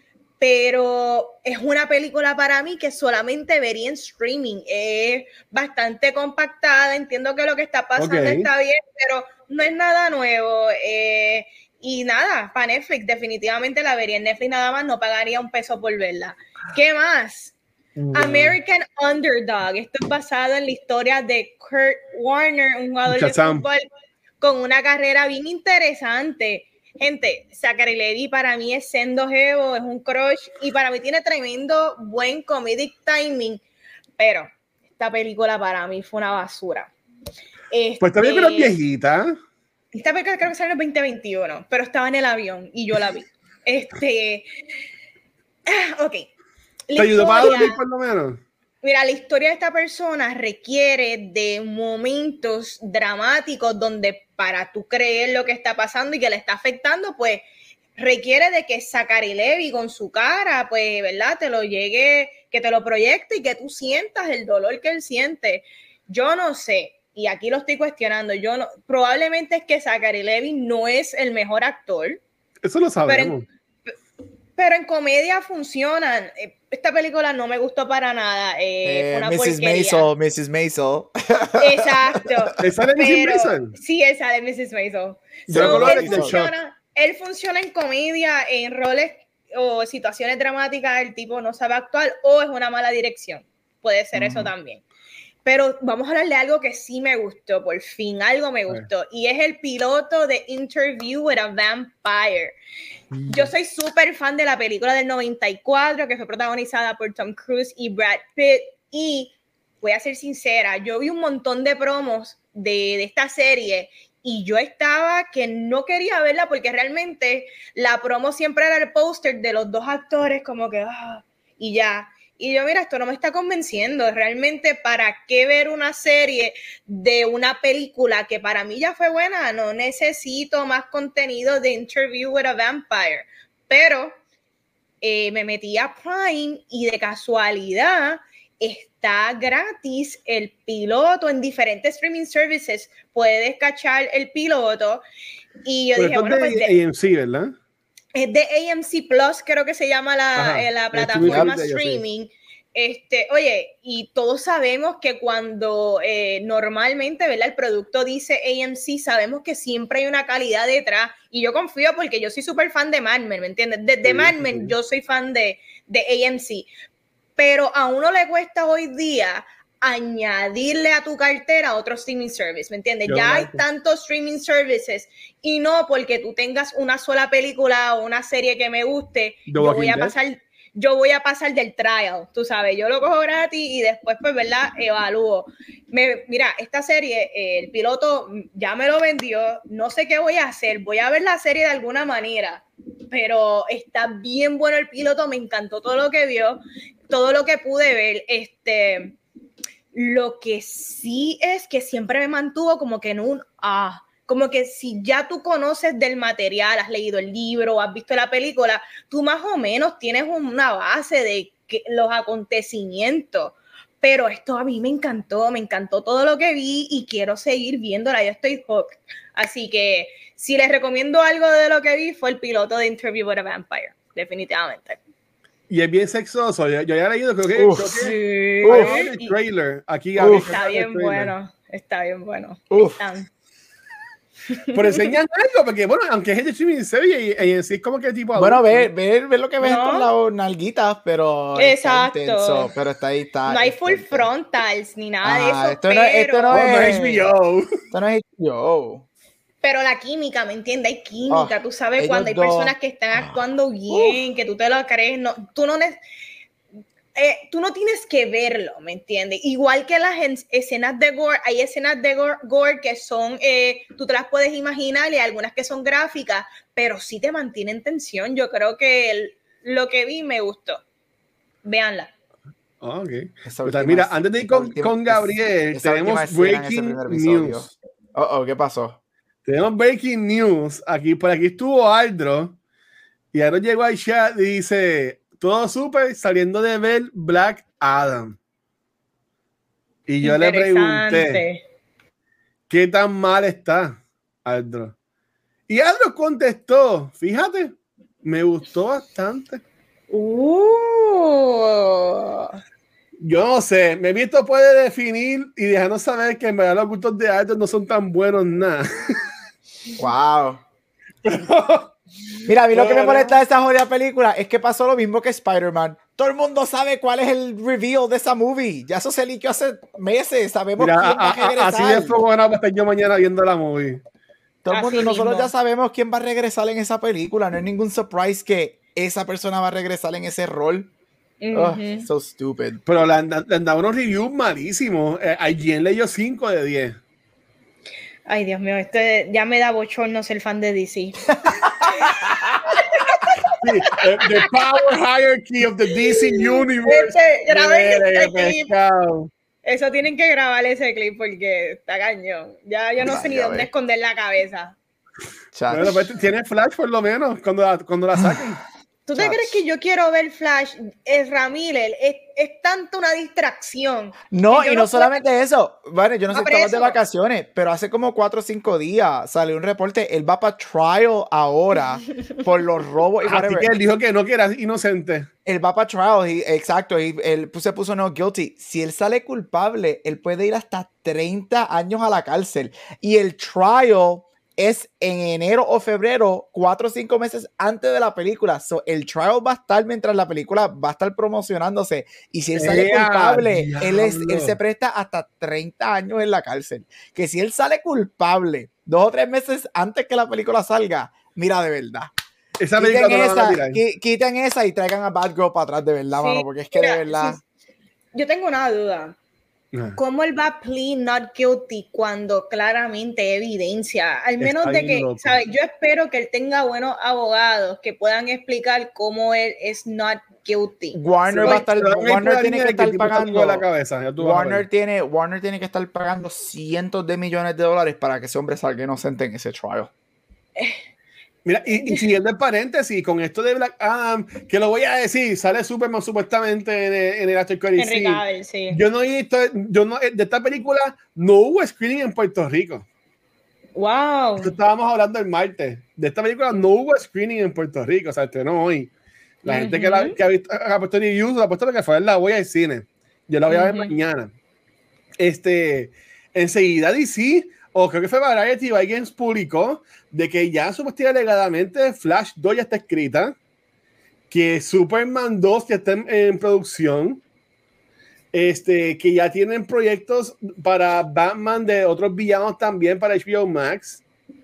pero es una película para mí que solamente vería en streaming. Es bastante compactada, entiendo que lo que está pasando okay. está bien, pero no es nada nuevo. Eh, y nada, para Netflix, definitivamente la vería en Netflix nada más, no pagaría un peso por verla. ¿Qué más? Wow. American Underdog. Esto es basado en la historia de Kurt Warner, un jugador de fútbol con una carrera bien interesante. Gente, Zachary Levi para mí es sendo jevo, es un crush y para mí tiene tremendo buen comedic timing, pero esta película para mí fue una basura. Este, pues esta película es viejita. Esta película creo que salió en el veinte veintiuno, pero estaba en el avión y yo la vi. Este, ok. ¿Te ayudó para dormir por lo menos? Mira, la historia de esta persona requiere de momentos dramáticos donde para tú creer lo que está pasando y que le está afectando, pues requiere de que Zachary Levi con su cara, pues, ¿verdad? Te lo llegue, que te lo proyecte y que tú sientas el dolor que él siente. Yo no sé, y aquí lo estoy cuestionando, yo no, probablemente es que Zachary Levi no es el mejor actor. Eso lo sabemos. Pero en, pero en comedia funcionan. Esta película no me gustó para nada. Eh, eh, una missus porquería. Maisel, missus Maisel. Exacto. ¿Esa de missus Maisel? Sí, esa de missus Maisel. So, él, funciona, él funciona en comedia, en roles o situaciones dramáticas, el tipo no sabe actuar o es una mala dirección. Puede ser mm. eso también. Pero vamos a hablar de algo que sí me gustó, por fin, algo me gustó. Y es el piloto de Interview with a Vampire. Yo soy súper fan de la película del noventa y cuatro, que fue protagonizada por Tom Cruise y Brad Pitt. Y voy a ser sincera, yo vi un montón de promos de, de esta serie y yo estaba que no quería verla porque realmente la promo siempre era el póster de los dos actores como que, ah, y ya. Y yo, mira, esto no me está convenciendo. Realmente, ¿para qué ver una serie de una película que para mí ya fue buena? No necesito más contenido de Interview with a Vampire. Pero eh, me metí a Prime y de casualidad está gratis el piloto en diferentes streaming services. Puedes cachar el piloto. Y yo Pero dije, bueno, de pues... De, A M C, ¿verdad? Es de A M C Plus, creo que se llama la, eh, la plataforma streaming. Sí. Este, oye, y todos sabemos que cuando eh, normalmente, ¿verdad? El producto dice A M C, sabemos que siempre hay una calidad detrás. Y yo confío porque yo soy súper fan de Mad Men, ¿me entiendes? Desde sí, Mad Men sí. Yo soy fan de, de A M C. Pero a uno le cuesta hoy día añadirle a tu cartera otro streaming service, ¿me entiendes? Yo ya hay que... tantos streaming services y no porque tú tengas una sola película o una serie que me guste, yo voy a pasar, yo voy a pasar del trial, tú sabes, yo lo cojo gratis y después, pues, ¿verdad? Evalúo. Me, mira, esta serie, eh, el piloto ya me lo vendió, no sé qué voy a hacer, voy a ver la serie de alguna manera, pero está bien bueno el piloto, me encantó todo lo que vio, todo lo que pude ver, este... Lo que sí es que siempre me mantuvo como que en un ah, como que si ya tú conoces del material, has leído el libro, has visto la película, tú más o menos tienes una base de que, los acontecimientos. Pero esto a mí me encantó, me encantó todo lo que vi y quiero seguir viéndola, yo estoy hooked. Así que si les recomiendo algo de lo que vi fue el piloto de Interview with a Vampire, definitivamente. Y es bien sexoso. Yo, yo ya he leído, creo que, Uf, creo sí. que hay el trailer. Aquí Uf, está bien bueno. Está bien bueno. Están. Pero enseñan algo, porque bueno, aunque es el streaming serie y, y en sí es como que tipo. Bueno, ver, ver, ver lo que ves no. con las nalguitas, pero. Exacto. Está intenso, pero está ahí, está. No hay full intenso. Frontals ni nada ah, de eso. Esto, pero... no, esto no oh, es. No es H B O. Esto no es H B O. Pero la química, ¿me entiendes? Hay química, oh, tú sabes cuando hay dos. personas que están actuando bien, Uf. que tú te lo crees, no, tú no eh, tú no tienes que verlo, ¿me entiendes? Igual que las escenas de gore, hay escenas de gore, gore que son, eh, tú te las puedes imaginar y hay algunas que son gráficas, pero sí te mantienen tensión. Yo creo que el, lo que vi me gustó. Véanla. Oh, ok. Última, mira, antes de ir con, última, con Gabriel, esa, tenemos esa breaking news. Oh, oh, ¿qué pasó? Tenemos breaking news. Aquí, por aquí estuvo Aldro. Y ahora llegó al chat y dice: todo súper saliendo de ver Black Adam. Y yo le pregunté: ¿qué tan mal está, Aldro? Y Aldro contestó: fíjate, me gustó bastante. Uh. Yo no sé, me visto puede definir y dejarnos saber que en verdad los gustos de Aldro no son tan buenos nada. Wow. Mira, a mí lo que me molesta de esa jodida película es que pasó lo mismo que Spider-Man. Todo el mundo sabe cuál es el reveal de esa movie. Ya eso se liqueó hace meses. Sabemos Mira, quién va a, a regresar. Así de fuego van a estar yo mañana viendo la movie. Todo el mundo, así nosotros mismo. ya sabemos quién va a regresar en esa película. No es ningún surprise que esa persona va a regresar en ese rol. Uh-huh. Oh, so stupid. Pero le han, le han dado unos reviews malísimos. Eh, ¿A quién le dio cinco de diez? Ay, Dios mío, este ya me da bochorno ser fan de D C. Sí, the, the power hierarchy of the D C Universe. Este, graben ese clip. Eso tienen que grabar ese clip porque está cañón. Ya yo no sé ni dónde ver. esconder la cabeza. Bueno, pues tiene Flash por lo menos cuando la, cuando la saquen. ¿Tú te Chats. crees que yo quiero ver Flash? Ezra Miller es, es tanto una distracción. No, y no, no solamente puedo... eso. Bueno, yo no sé si estamos de vacaciones, pero hace como cuatro o cinco días salió un reporte. Él va para trial ahora por los robos y Así whatever. Que él dijo que no, que era inocente. Él va para trial, y, exacto. Y él se puso no guilty. Si él sale culpable, él puede ir hasta treinta años a la cárcel. Y el trial es en enero o febrero, cuatro o cinco meses antes de la película. So, el trial va a estar mientras la película va a estar promocionándose. Y si él sale ¡Ea, culpable, él, es, él se presta hasta treinta años en la cárcel. Que si él sale culpable dos o tres meses antes que la película salga, mira, de verdad. Esa quiten, esa, qu- quiten esa y traigan a Bad Girl para atrás, de verdad, sí, mano. Porque es que mira, de verdad. Sí, yo tengo una duda. ¿Cómo él va a plead not guilty cuando claramente hay evidencia? Al menos Está de que, ¿sabes? Yo espero que él tenga buenos abogados que puedan explicar cómo él es not guilty. Warner va a estar, Warner tiene que estar pagando la cabeza. Warner tiene, Warner tiene que estar pagando cientos de millones de dólares para que ese hombre salga inocente en ese trial. Mira, y, y siguiendo el paréntesis, con esto de Black Adam, que lo voy a decir, sale Superman supuestamente en el, en el After Credit Scene. Sí. Yo no he visto, yo no, de esta película no hubo screening en Puerto Rico. Wow. Esto estábamos hablando el martes. De esta película no hubo screening en Puerto Rico, o sea, estrenó hoy. La uh-huh. gente que, la, que ha visto, ha puesto en YouTube, ha puesto lo que fue, la voy al cine. Yo la voy a ver uh-huh. mañana. Este, enseguida D C, o creo que fue Variety Games, publicó de que ya supuestamente alegadamente Flash dos ya está escrita, que Superman dos ya está en, en producción, este, que ya tienen proyectos para Batman de otros villanos también para H B O Max.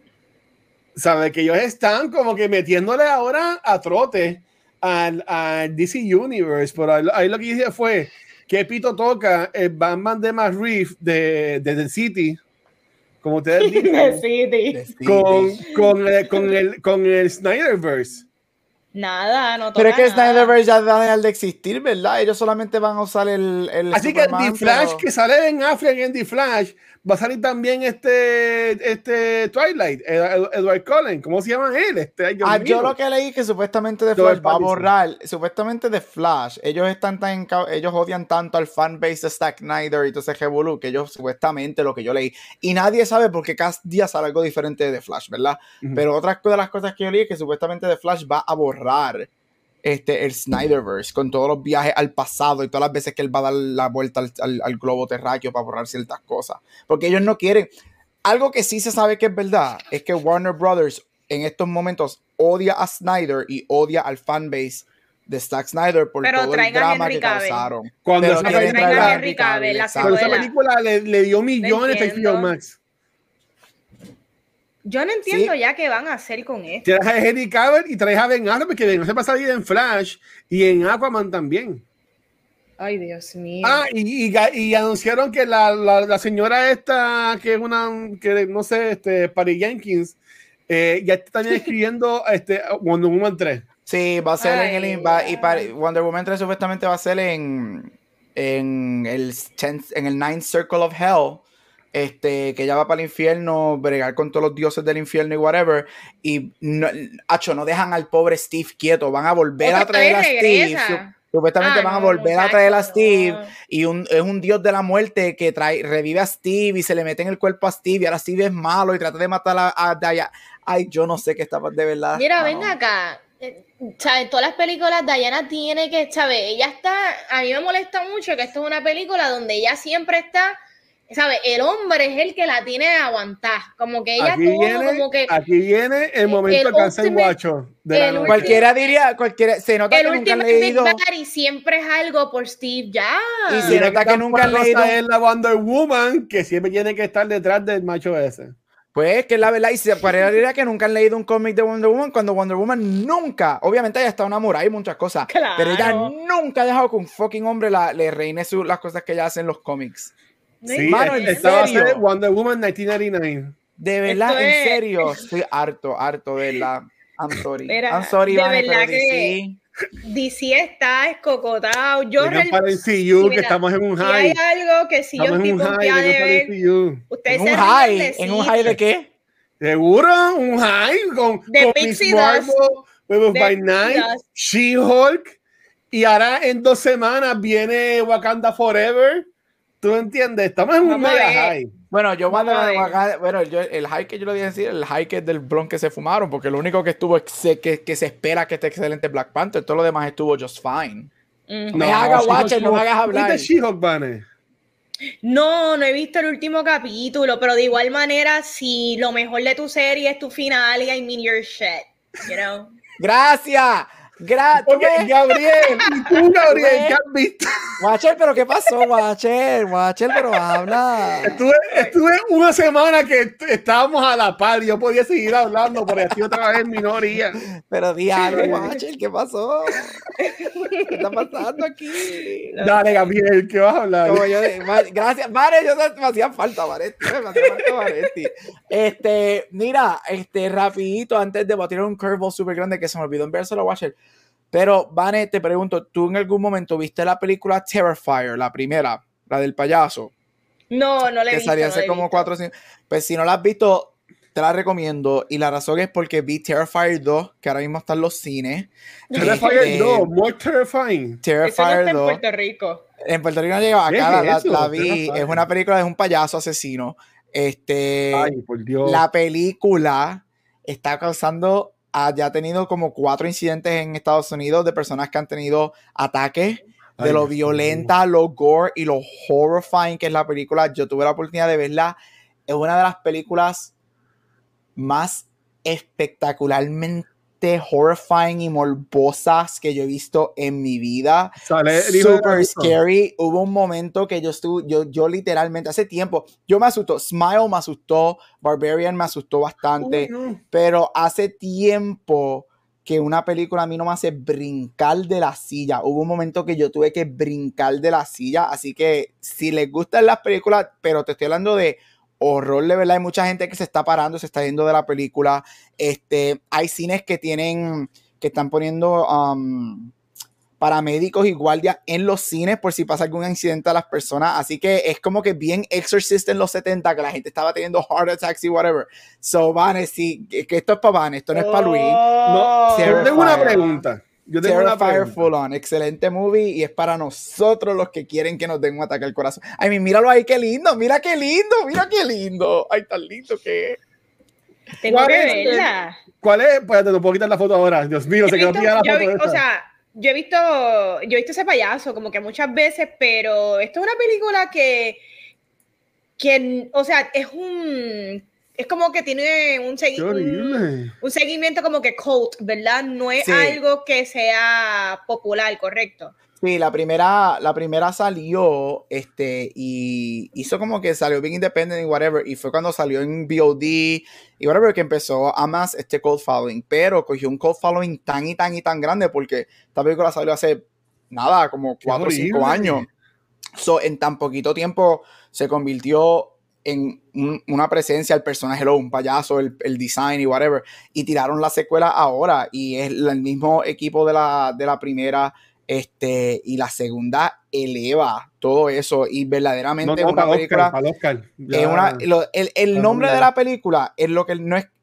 Sabe que ellos están como que metiéndole ahora a trote al, al D C Universe, pero ahí, ahí lo que dije fue que Pito toca el Batman de Matt Reeves de, de The City, como ustedes dicen, sí, con, con, el, con, el, con el Snyderverse. Nada, no toca Pero es que nada. Snyderverse ya va a dejar de existir, ¿verdad? Ellos solamente van a usar el, el Así Superman, que The Flash, pero... que sale en Affleck en The Flash, va a salir también este, este Twilight, Ed, Edward Cullen, ¿cómo se llama él? Este, ah, yo lo que leí que supuestamente The Flash va a borrar, supuestamente The Flash, ellos están tan, ellos odian tanto al fanbase de Zack Snyder y todo ese revolú, que ellos supuestamente lo que yo leí, y nadie sabe porque cada día sale algo diferente de The Flash, ¿verdad? Uh-huh. Pero otra de las cosas que yo leí es que supuestamente The Flash va a borrar Este, el Snyderverse, con todos los viajes al pasado y todas las veces que él va a dar la vuelta al, al, al globo terráqueo para borrar ciertas cosas, porque ellos no quieren. Algo que sí se sabe que es verdad es que Warner Brothers en estos momentos odia a Snyder y odia al fanbase de Zack Snyder por pero todo el drama que causaron. Cuando pero esa película, Henry Cavill, la esa película le, le dio millones de H B O Max. Yo no entiendo ¿Sí? ya qué van a hacer con esto. Traes a Henry Cavill y traes a Ben Affleck, porque Ben Affleck va a salir en Flash y en Aquaman también. Ay, Dios mío. Ah, y, y, y anunciaron que la, la, la señora esta, que es una, que no sé, este, Patty Jenkins, eh, ya está también escribiendo este, Wonder Woman tres. Sí, va a ser Ay, en el... Va, y para, Wonder Woman tres supuestamente va a ser en, en, el, tenth, en el Ninth Circle of Hell. Este, que ya va para el infierno, bregar con todos los dioses del infierno y whatever, y no, acho, no dejan al pobre Steve quieto, van a volver a traer a Steve, supuestamente ah, van a volver no, a traer a Steve, no. y un, es un dios de la muerte que trae, revive a Steve y se le mete en el cuerpo a Steve, y ahora Steve es malo y trata de matar a, a Diana. Ay, yo no sé qué está de verdad. Mira, no. venga acá, ¿sabes? Todas las películas Diana tiene que, ¿sabes? Ella está, a mí me molesta mucho que esto es una película donde ella siempre está, ¿sabes? El hombre es el que la tiene de aguantar. Como que ella aquí todo, viene, como que. Aquí viene el momento de cancel guacho. Cualquiera diría, cualquiera. Se nota el que nunca han leído. leído. Y siempre es algo por Steve ya. Y se nota que, que nunca han leído. Es la Wonder Woman que siempre tiene que estar detrás del macho ese. Pues que es la verdad, y se parecería que nunca han leído un cómic de Wonder Woman, cuando Wonder Woman nunca, obviamente ella está enamorada y muchas cosas, claro. pero ella nunca ha dejado que un fucking hombre la, le reine su, las cosas que ella hace en los cómics. Sí, mano, en estaba serio. Wonder Woman mil novecientos noventa y nueve. De verdad, Esto en es... serio, estoy harto, harto de la. I'm sorry. Mira, I'm sorry, de Ivane, verdad pero que D C está escocotado. Yo real... para el C U, que estamos en un high. Si hay algo que si estamos yo estoy confiada de ver, ustedes ¿En un high? De ¿En un high de qué? Seguro, un high con, de con Pixie Miss Marvel, Web by Night, She-Hulk, y ahora en dos semanas viene Wakanda Forever. ¿Tú entiendes? Estamos en un Vamos mega high. Bueno, yo mando bueno, yo, el high que yo lo voy a decir, el high que es del blon que se fumaron, porque lo único que estuvo es que, que se espera que esté excelente Black Panther, todo lo demás estuvo just fine. Mm. No me hagas watcher, no me hagas hablar. ¿Viste She-Hulk, Vane? No, no he visto el último capítulo, pero de igual manera, si lo mejor de tu serie es tu final, I mean your shit, you know. Gracias. Gra okay, Gabriel, ¿y tú, Gabriel, qué has visto? Watcher, pero ¿qué pasó, Watcher? Watcher, pero habla. Estuve, estuve una semana que estábamos a la par y yo podía seguir hablando, pero estoy otra vez en minoría. Pero di algo, Watcher, ¿qué pasó? ¿Qué está pasando aquí? Dale, Gabriel, ¿qué vas a hablar? Como yo, gracias, Mare, yo me hacía falta, Varetti, me hacía falta Varetti. Este, mira, este, rapidito, antes de batir un curveball súper grande que se me olvidó enviárselo a Watcher. Pero, Vane, te pregunto, ¿tú en algún momento viste la película Terrifier, la primera, la del payaso? No, no la he que visto. Que salió hace no como visto. cuatro o cinco. Pues si no la has visto, te la recomiendo. Y la razón es porque vi Terrifier dos, que ahora mismo está en los cines. Terrifier este, dos, more terrifying. Terrifier Eso no está dos. en Puerto Rico. En Puerto Rico no llegaba. Acá la, es la, la vi. Es una película de un payaso asesino. Este, Ay, por Dios. La película está causando... ya ha tenido como cuatro incidentes en Estados Unidos de personas que han tenido ataques, de Ay, lo violenta, Dios. Lo gore y lo horrifying que es la película. Yo tuve la oportunidad de verla. Es una de las películas más espectacularmente horrifying y morbosas que yo he visto en mi vida. Sale, super scary. Hubo un momento que yo estuve, yo, yo literalmente, hace tiempo, yo me asustó. Smile me asustó, Barbarian me asustó bastante, Uy, no. pero hace tiempo que una película a mí no me hace brincar de la silla. Hubo un momento que yo tuve que brincar de la silla, así que si les gustan las películas, pero te estoy hablando de horror, de verdad, hay mucha gente que se está parando, se está yendo de la película. Este, hay cines que tienen, que están poniendo um, paramédicos y guardias en los cines por si pasa algún incidente a las personas, así que es como que bien Exorcist en los setenta, que la gente estaba teniendo heart attacks y whatever. So, Vane, sí, que esto es para Vane, esto no es para Luis. No, yo tengo una pregunta. Yo tengo Terrifier una full on, excelente movie y es para nosotros los que quieren que nos den un ataque al corazón. Ay, míralo ahí, qué lindo, mira qué lindo, mira qué lindo. Ay, tan lindo que es. Tengo que verla. ¿Cuál es? Pues te lo puedo quitar la foto ahora. Dios mío, se quedó pillada la foto. Vi, o sea, yo he visto, yo he visto ese payaso como que muchas veces, pero esto es una película que, que, o sea, es un es como que tiene un, segui un, un seguimiento como que cult, ¿verdad? No es sí. algo que sea popular, ¿correcto? Sí, la primera, la primera salió este, y hizo como que salió bien independent y whatever, y fue cuando salió en V O D y whatever que empezó a más este cult following, pero cogió un cult following tan y tan y tan grande porque esta película salió hace nada, como cuatro o cinco años. So, en tan poquito tiempo se convirtió en un, una presencia, el personaje, lo, un payaso, el, el design y whatever, y tiraron la secuela ahora, y es el mismo equipo de la, de la primera, este, y la segunda eleva todo eso, y verdaderamente no, no, es una película, Oscar, Oscar. Es una, lo, el, el nombre de la película es lo que no es,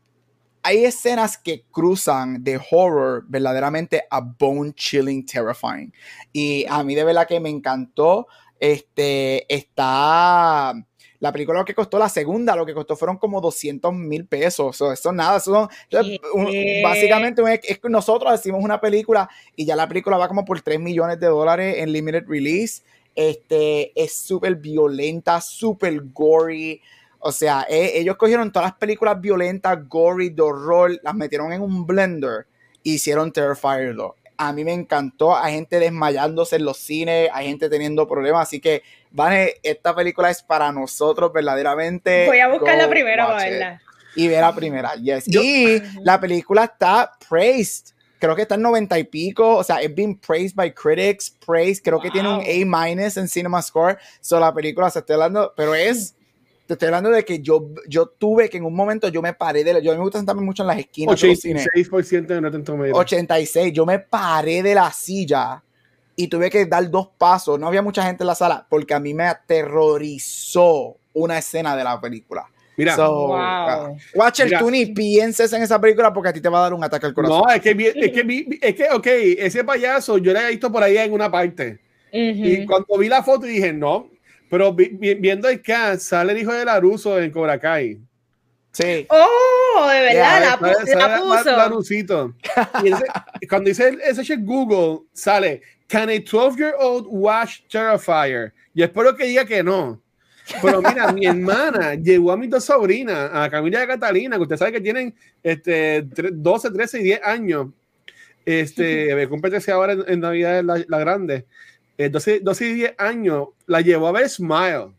hay escenas que cruzan de horror verdaderamente a bone chilling terrifying, y a mí de verdad que me encantó. Este, está la película, lo que costó la segunda, lo que costó fueron como doscientos mil pesos. So, eso nada, eso un, básicamente es, es que nosotros decimos una película y ya la película va como por tres millones de dólares en limited release. Este, es súper violenta, súper gory. O sea, eh, ellos cogieron todas las películas violentas, gory, de horror, las metieron en un blender e hicieron Terrifier dos. A mí me encantó, hay gente desmayándose en los cines, hay gente teniendo problemas, así que, vale, esta película es para nosotros verdaderamente. Voy a buscar la primera para verla. Y ver la primera, yes. Yo, y uh-huh. la película está praised, creo que está en noventa y pico, o sea, it's been praised by critics, praised, creo wow. que tiene un A minus en Cinema Score, so la película se está hablando, pero es... Te estoy hablando de que yo, yo tuve que en un momento yo me paré de la, yo a mí me gusta sentarme mucho en las esquinas ochenta y seis por ciento de Rotten Tomatoes. ochenta y seis, yo me paré de la silla y tuve que dar dos pasos, no había mucha gente en la sala porque a mí me aterrorizó una escena de la película. Mira, so, wow. uh, Watcher, Mira. Tú ni pienses en esa película porque a ti te va a dar un ataque al corazón. No, es que, es que, es que ok, ese payaso yo lo he visto por ahí en una parte. Uh-huh. Y cuando vi la foto dije, no. Pero vi, vi, viendo el cast, sale el hijo de Laruso en Cobra Kai. Sí. Oh, de verdad, yeah, la, sale, sale la puso. Larusito. Y ese, cuando dice ese Google, sale, can a twelve-year-old watch Terrifier? Y espero que diga que no. Pero mira, mi hermana llevó a mis dos sobrinas, a Camila y a Catalina, que usted sabe que tienen este, doce, trece y diez años. Este, me cumple trece ahora en, en Navidad la, la grande. Eh, doce, doce y diez años, la llevó a ver Smile.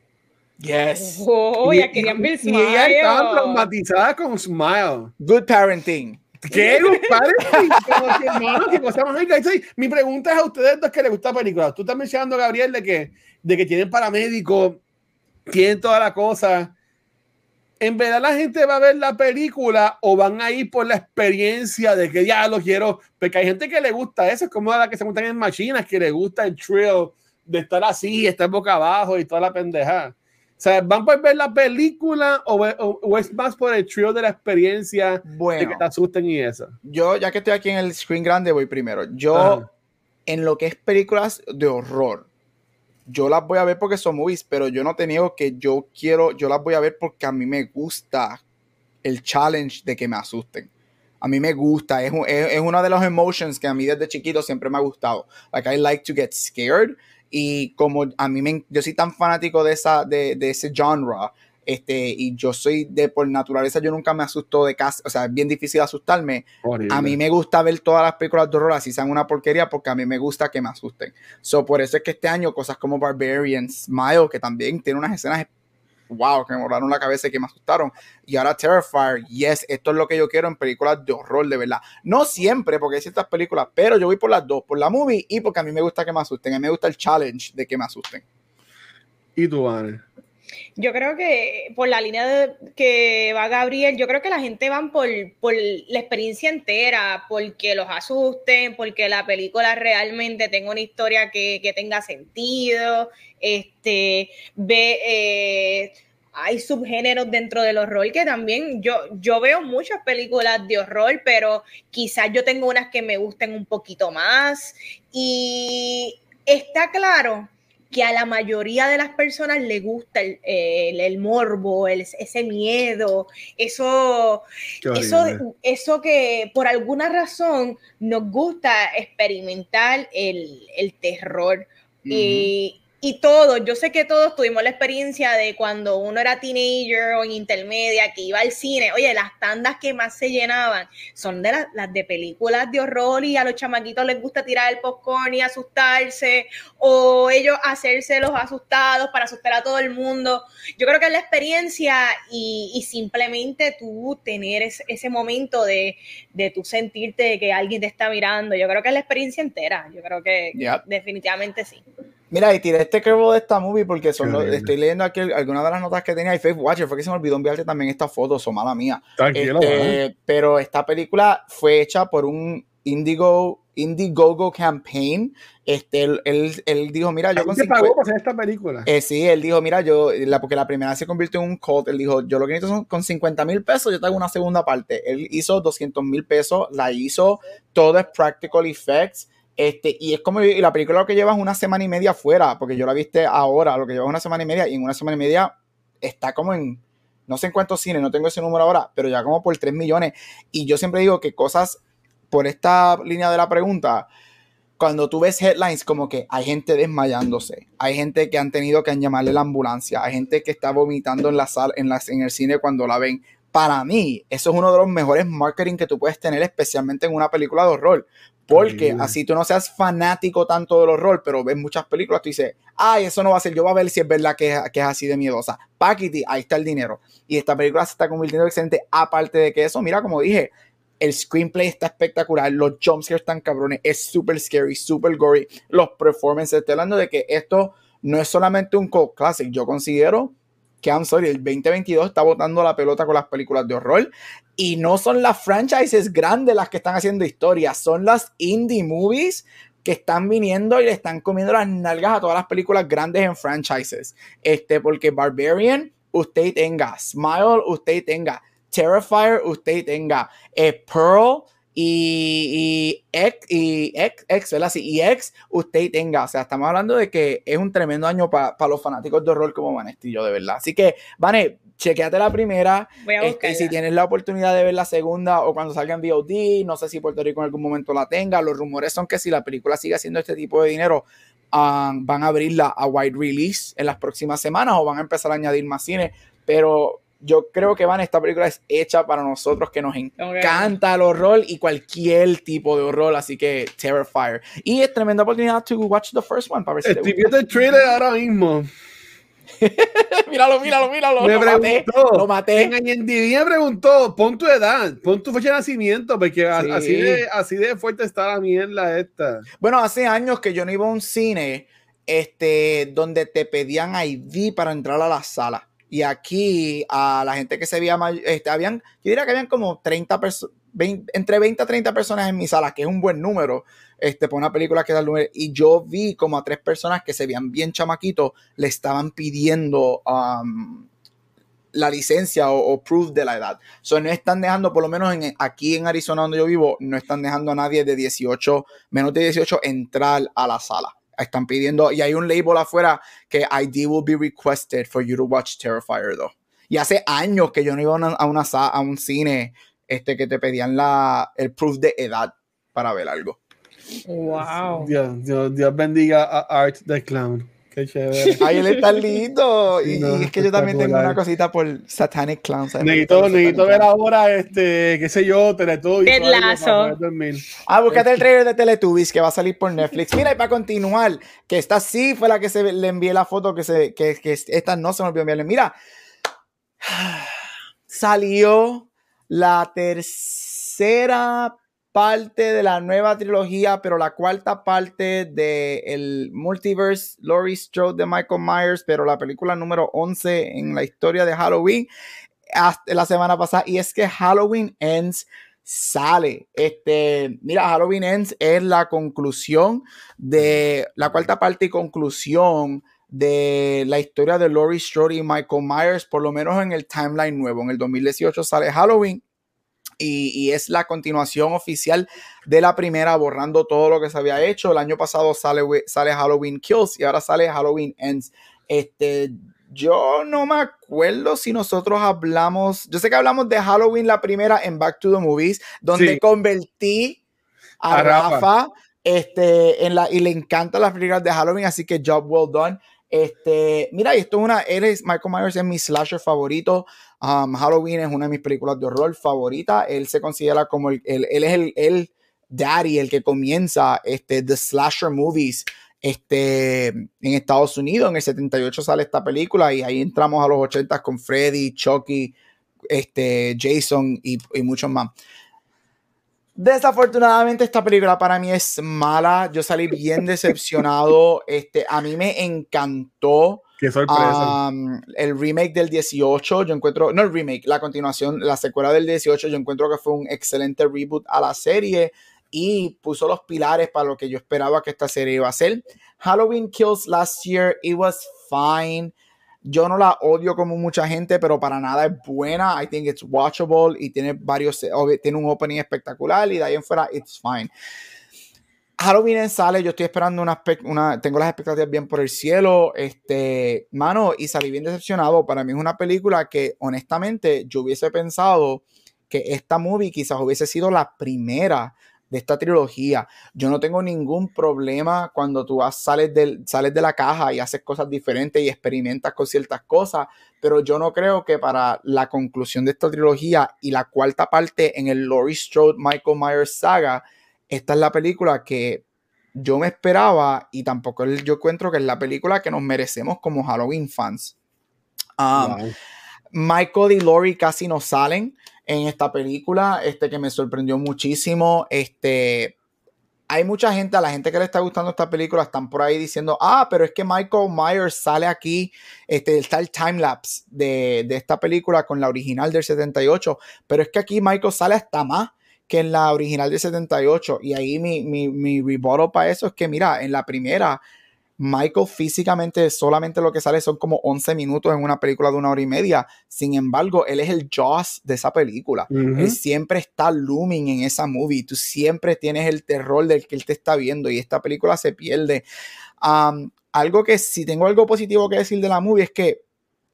Yes. Oh, ya querían ver Smile. Y ella estaba traumatizada con Smile. Good parenting. ¿Qué? Good parenting. Como que, hermano, qué cosa más rica. Mi pregunta es a ustedes dos que les gusta la película. Tú estás mencionando, Gabriel, de que, de que tienen paramédicos, tienen toda la cosa. ¿En verdad la gente va a ver la película o van a ir por la experiencia de que ya lo quiero? Porque hay gente que le gusta eso, es como a la que se montan en máquinas, que le gusta el thrill de estar así, estar boca abajo y toda la pendejada. O sea, ¿van por ver la película o, o, o es más por el thrill de la experiencia bueno, de que te asusten y eso? Yo, ya que estoy aquí en el screen grande, voy primero. Yo, Ajá. en lo que es películas de horror, yo las voy a ver porque son movies, pero yo no te niego que yo quiero, yo las voy a ver porque a mí me gusta el challenge de que me asusten. A mí me gusta, es, es, es uno de los emotions que a mí desde chiquito siempre me ha gustado. Like, I like to get scared. Y como a mí me, yo soy tan fanático de, esa, de, de ese genre, este, y yo soy de por naturaleza, yo nunca me asusto de casa, o sea, es bien difícil asustarme. Horrible. A mí me gusta ver todas las películas de horror, así sean una porquería, porque a mí me gusta que me asusten. So, por eso es que este año cosas como Barbarian, Smile, que también tiene unas escenas, wow, que me volaron la cabeza y que me asustaron. Y ahora Terrifier, yes, esto es lo que yo quiero en películas de horror, de verdad. No siempre, porque hay ciertas películas, pero yo voy por las dos, por la movie y porque a mí me gusta que me asusten. A mí me gusta el challenge de que me asusten. ¿Y tú, Anne? Yo creo que por la línea de, que va Gabriel, yo creo que la gente van por, por la experiencia entera, porque los asusten, porque la película realmente tenga una historia que, que tenga sentido, este, ve, eh, hay subgéneros dentro del horror que también, yo, yo veo muchas películas de horror, pero quizás yo tengo unas que me gusten un poquito más, y está claro que a la mayoría de las personas le gusta el, el, el morbo, el, ese miedo, eso, eso, eso que por alguna razón nos gusta experimentar el, el terror. Uh-huh. Y, y todos, yo sé que todos tuvimos la experiencia de cuando uno era teenager o en intermedia, que iba al cine. Oye, las tandas que más se llenaban son de las, las de películas de horror y a los chamaquitos les gusta tirar el popcorn y asustarse, o ellos hacerse los asustados para asustar a todo el mundo. Yo creo que es la experiencia y, y simplemente tú tener ese, ese momento de, de tú sentirte que alguien te está mirando. Yo creo que es la experiencia entera. Yo creo que yep. definitivamente sí. Mira, y tiré este curvo de esta movie porque son los, estoy leyendo aquí algunas de las notas que tenía y Facebook Watcher, fue que se me olvidó enviarte también esta foto, so mala mía. Tranquilo, este, pero esta película fue hecha por un Indigo, Indiegogo campaign. Este, él, él, él dijo, mira, yo con cincu- pagó por hacer esta película? Eh, sí, él dijo, mira, yo, la, porque la primera se convirtió en un cult, él dijo, yo lo que necesito son con cincuenta mil pesos, yo te hago una segunda parte. Él hizo doscientos mil pesos, la hizo, todo es practical effects. Este, y es como, y la película lo que lleva es una semana y media afuera, porque yo la viste ahora, lo que lleva es una semana y media, y en una semana y media está como en, no sé en cuántos cines, no tengo ese número ahora, pero ya como por tres millones, y yo siempre digo que cosas, por esta línea de la pregunta, cuando tú ves headlines como que hay gente desmayándose, hay gente que han tenido que llamarle la ambulancia, hay gente que está vomitando en la sala, en, la, en el cine cuando la ven. Para mí, eso es uno de los mejores marketing que tú puedes tener, especialmente en una película de horror. Porque sí, así tú no seas fanático tanto del horror, pero ves muchas películas, tú dices, ay, eso no va a ser, yo voy a ver si es verdad que es, que es así de miedosa. Paquiti, ahí está el dinero. Y esta película se está convirtiendo en excelente. Aparte de que eso, mira, como dije, el screenplay está espectacular, los jumpscares están cabrones, es súper scary, súper gory, los performances. Estoy hablando de que esto no es solamente un cult classic, yo considero que, I'm sorry, el veinte veintidós está botando la pelota con las películas de horror y no son las franchises grandes las que están haciendo historia, son las indie movies que están viniendo y le están comiendo las nalgas a todas las películas grandes en franchises. Este, porque Barbarian, usted tenga, Smile, usted tenga, Terrifier, usted tenga, eh, Pearl y, y X, y X, X, ¿verdad? Sí, y X, usted tenga. O sea, estamos hablando de que es un tremendo año para pa los fanáticos de horror como Vanestillo, de verdad. Así que, Vane, chequéate la primera. Voy a este, si tienes la oportunidad de ver la segunda o cuando salga en V O D, no sé si Puerto Rico en algún momento la tenga. Los rumores son que si la película sigue haciendo este tipo de dinero, um, van a abrirla a wide release en las próximas semanas o van a empezar a añadir más cine. Pero yo creo que, van, esta película es hecha para nosotros que nos encanta okay. el horror y cualquier tipo de horror, así que Terrifier. Y es tremenda oportunidad to watch the first one para ver si Estoy viendo el trailer ahora mismo. míralo, míralo, míralo. Me lo preguntó, maté, lo maté. En I M D B me preguntó, pon tu edad, pon tu fecha de nacimiento, porque sí. así, de, así de fuerte está la mierda esta. Bueno, hace años que yo no iba a un cine este, donde te pedían I D para entrar a la sala. Y aquí, a la gente que se veía mal, este, habían, yo diría que habían como treinta personas, entre veinte a treinta personas en mi sala, que es un buen número, este, por una película que da el número. Y yo vi como a tres personas que se veían bien chamaquitos, le estaban pidiendo um, la licencia o, o proof de la edad. So, no están dejando, por lo menos en, aquí en Arizona donde yo vivo, no están dejando a nadie de dieciocho, menos de dieciocho, entrar a la sala. Están pidiendo, y hay un label afuera que I D will be requested for you to watch Terrifier dos. Y hace años que yo no iba a, una, a, una, a un cine este, que te pedían la, el proof de edad para ver algo. Wow. Dios, Dios, Dios bendiga a Art the Clown. Qué chévere. Ay, él está lindo. Sí, y, no, y es que yo también tengo una cosita por Satanic Clowns. Necesito, necesito ver ahora, este, qué sé yo, Teletubbies. Ted Lasso. Ah, búscate el trailer de Teletubbies que va a salir por Netflix. Mira, y para continuar, que esta sí fue la que se le envié la foto, que, se, que, que esta no se me olvidó enviarle. Mira, salió la tercera parte de la nueva trilogía, pero la cuarta parte de el Multiverse Laurie Strode de Michael Myers, pero la película número once en la historia de Halloween hasta la semana pasada, y es que Halloween Ends sale. Este, mira, Halloween Ends es la conclusión de la cuarta parte y conclusión de la historia de Laurie Strode y Michael Myers, por lo menos en el timeline nuevo. En el dos mil dieciocho sale Halloween. Y, y es la continuación oficial de la primera, borrando todo lo que se había hecho. El año pasado sale, sale Halloween Kills y ahora sale Halloween Ends. Este, yo no me acuerdo si nosotros hablamos, yo sé que hablamos de Halloween la primera en Back to the Movies, donde sí. convertí a, a Rafa, Rafa este, en la, y le encantan las películas de Halloween, así que job well done. Este, mira, esto es una, él es, Michael Myers es mi slasher favorito. Um, Halloween es una de mis películas de horror favoritas. Él se considera como el, el él es el, el daddy, el que comienza este, the slasher movies este, en Estados Unidos. En el setenta y ocho sale esta película y ahí entramos a los ochenta con Freddy, Chucky, este, Jason y, y muchos más. Desafortunadamente esta película para mí es mala. Yo salí bien decepcionado. Este, a mí me encantó. Qué sorpresa. Um, el remake del dieciocho, yo encuentro, no el remake, la continuación, la secuela del dieciocho, yo encuentro que fue un excelente reboot a la serie y puso los pilares para lo que yo esperaba que esta serie iba a ser. Halloween Kills last year, it was fine. Yo no la odio como mucha gente, pero para nada es buena. I think it's watchable y tiene varios, tiene un opening espectacular y de ahí en fuera it's fine. Halloween sale, yo estoy esperando una, una, tengo las expectativas bien por el cielo, este, mano, y salí bien decepcionado. Para mí es una película que, honestamente, yo hubiese pensado que esta movie quizás hubiese sido la primera de esta trilogía. Yo no tengo ningún problema cuando tú sales de, sales de la caja y haces cosas diferentes y experimentas con ciertas cosas, pero yo no creo que para la conclusión de esta trilogía y la cuarta parte en el Laurie Strode Michael Myers saga, esta es la película que yo me esperaba y tampoco yo encuentro que es la película que nos merecemos como Halloween fans. Um, wow. Michael y Laurie casi no salen en esta película, este, que me sorprendió muchísimo. Este, hay mucha gente, a la gente que le está gustando esta película, están por ahí diciendo, ah, pero es que Michael Myers sale aquí, este, está el timelapse de, de esta película con la original del setenta y ocho, pero es que aquí Michael sale hasta más que en la original del setenta y ocho, y ahí mi, mi, mi rebuttal para eso es que, mira, en la primera, Michael físicamente solamente lo que sale son como once minutos en una película de una hora y media. Sin embargo, él es el Jaws de esa película. Uh-huh. Él siempre está looming en esa movie. Tú siempre tienes el terror del que él te está viendo y esta película se pierde. Um, algo que si tengo algo positivo que decir de la movie es que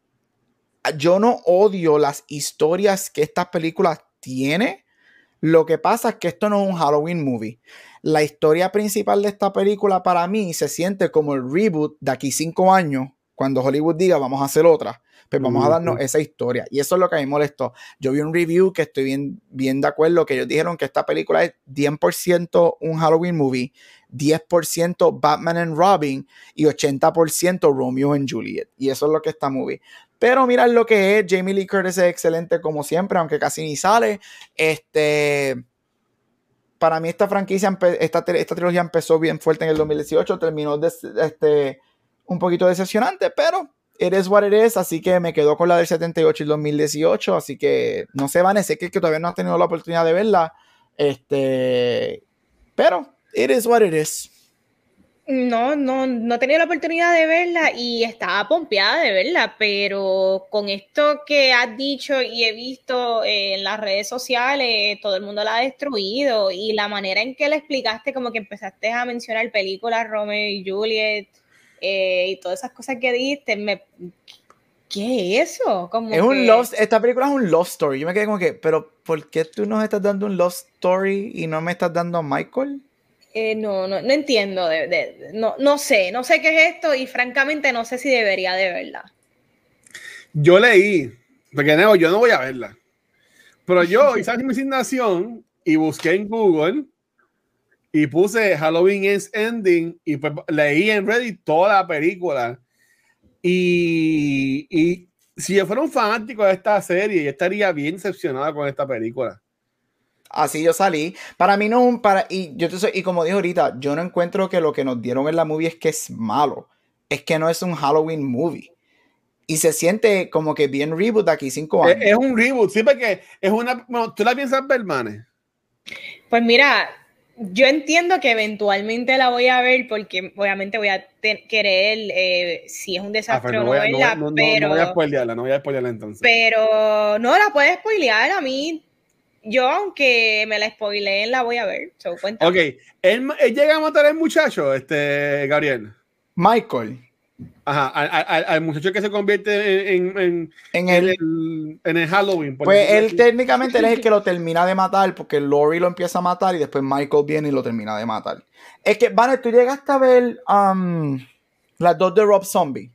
yo no odio las historias que estas películas tienen. Lo que pasa es que esto no es un Halloween movie. La historia principal de esta película para mí se siente como el reboot de aquí cinco años cuando Hollywood diga vamos a hacer otra, pues vamos uh-huh. a darnos esa historia. Y eso es lo que a mí me molestó. Yo vi un review que estoy bien, bien de acuerdo, que ellos dijeron que esta película es diez por ciento un Halloween movie, diez por ciento Batman and Robin y ochenta por ciento Romeo and Juliet. Y eso es lo que esta movie. Pero mirad lo que es, Jamie Lee Curtis es excelente como siempre, aunque casi ni sale. Este, para mí esta franquicia, esta, esta trilogía empezó bien fuerte en el dos mil dieciocho, terminó de, este, un poquito decepcionante, pero it is what it is, así que me quedo con la del setenta y ocho y el dos mil dieciocho, así que no se van, sé que, que todavía no han tenido la oportunidad de verla, este, pero it is what it is. No, no, no he tenido la oportunidad de verla y estaba pompeada de verla, pero con esto que has dicho y he visto en las redes sociales, todo el mundo la ha destruido y la manera en que le explicaste, como que empezaste a mencionar películas, Romeo y Juliet, Eh, y todas esas cosas que dijiste, me, ¿qué es eso? Como es que... un love, esta película es un love story. Yo me quedé como que, pero ¿por qué tú nos estás dando un love story y no me estás dando a Michael? Eh, no, no, no entiendo, de, de, no, no sé, no sé qué es esto y francamente no sé si debería de verla. Yo leí, porque no, yo no voy a verla, pero yo hice mi asignación y busqué en Google y puse Halloween Ends Ending y pues leí en Reddit toda la película. Y, y si yo fuera un fanático de esta serie, yo estaría bien decepcionado con esta película. Así yo salí. Para mí no es un... Para, y, yo te soy, y como dije ahorita, yo no encuentro que lo que nos dieron en la movie es que es malo. Es que no es un Halloween movie. Y se siente como que bien reboot de aquí cinco años. Es, es un reboot, sí, porque es una... Bueno, ¿tú la piensas ver, Manes? Pues mira... Yo entiendo que eventualmente la voy a ver porque obviamente voy a querer eh, si es un desastre ah, o no verla, no, no, pero... No voy a spoilearla, no voy a spoilearla entonces. Pero no la puedes spoilear a mí. Yo, aunque me la spoileen, la voy a ver. So, ok, ¿Él, él llega a matar al muchacho, este, Gabriel. Michael. Ajá, al, al, al muchacho que se convierte en, en, en, en, el, en, el, en el Halloween. Pues él así. Técnicamente él es el que lo termina de matar porque Laurie lo empieza a matar y después Michael viene y lo termina de matar. Es que, Vane, tú llegaste a ver um, las dos de Rob Zombie.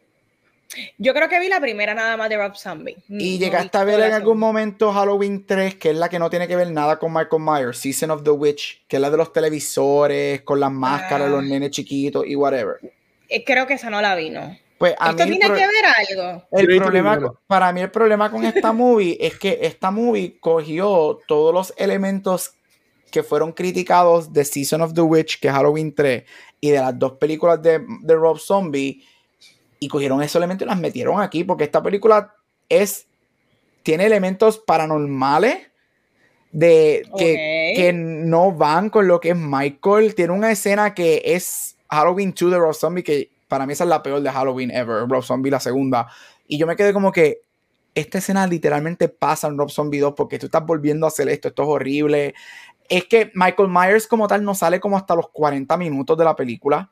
Yo creo que vi la primera nada más de Rob Zombie. Y no llegaste a ver en algún momento Halloween tres, que es la que no tiene que ver nada con Michael Myers, Season of the Witch, que es la de los televisores, con las máscaras, ah. los nenes chiquitos y whatever. Creo que esa no la vi, ¿no? Pues a ¿Esto mí tiene pro- que ver algo? El problema, para mí el problema con esta movie es que esta movie cogió todos los elementos que fueron criticados de Season of the Witch, que es Halloween tres, y de las dos películas de, de Rob Zombie, y cogieron esos elementos y las metieron aquí, porque esta película es, tiene elementos paranormales de, que, okay. que no van con lo que es Michael. Tiene una escena que es Halloween dos de Rob Zombie, que para mí esa es la peor de Halloween ever, Rob Zombie la segunda, y yo me quedé como que esta escena literalmente pasa en Rob Zombie dos porque tú estás volviendo a hacer esto, esto es horrible. Es que Michael Myers como tal no sale como hasta los cuarenta minutos de la película.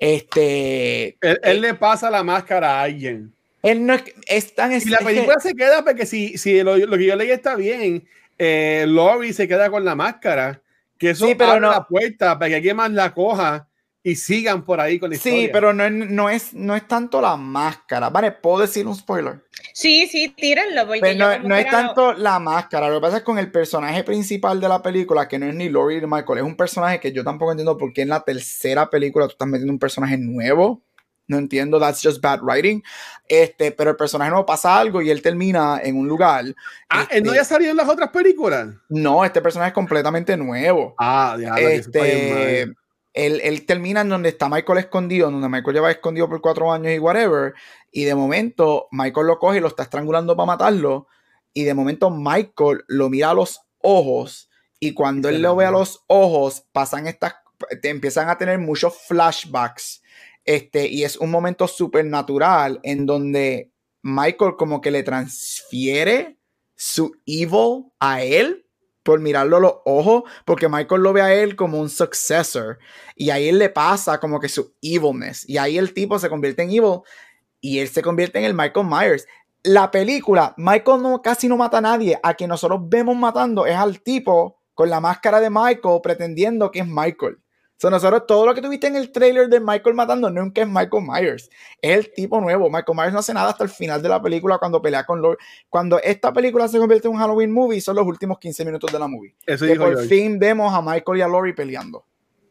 Este, él, él eh, le pasa la máscara a alguien. Él no es, es tan... Y la película es que, se queda porque si, si lo, lo que yo leí está bien, eh, Laurie se queda con la máscara, que eso sí, pero abre no, la puerta para que alguien más la coja y sigan por ahí con la sí, historia. Sí, pero no es, no, es, no es tanto la máscara. Vale, ¿puedo decir un spoiler? Sí, sí, tírenlo. Porque pero no, no es no... tanto la máscara. Lo que pasa es con el personaje principal de la película, que no es ni Laurie ni Michael. Es un personaje que yo tampoco entiendo por qué en la tercera película tú estás metiendo un personaje nuevo. No entiendo, that's just bad writing. Este, pero el personaje nuevo pasa algo y él termina en un lugar. Ah, este, ¿él no había salido en las otras películas? No, este personaje es completamente nuevo. Ah, ya, este, él, él termina en donde está Michael escondido, donde Michael lleva escondido por cuatro años y whatever, y de momento Michael lo coge y lo está estrangulando para matarlo, y de momento Michael lo mira a los ojos, y cuando y él lo ve a los ojos, pasan estas, te empiezan a tener muchos flashbacks, este, y es un momento súper natural en donde Michael como que le transfiere su evil a él, por mirarlo a los ojos, porque Michael lo ve a él como un successor, y ahí él le pasa como que su evilness, y ahí el tipo se convierte en evil, y él se convierte en el Michael Myers. La película, Michael no, casi no mata a nadie, a quien nosotros vemos matando es al tipo con la máscara de Michael, pretendiendo que es Michael. So, nosotros, todo lo que tuviste en el trailer de Michael matando nunca es Michael Myers. Es el tipo nuevo. Michael Myers no hace nada hasta el final de la película cuando pelea con Laurie. Cuando esta película se convierte en un Halloween movie, son los últimos quince minutos de la movie. Eso que por George. fin vemos a Michael y a Laurie peleando.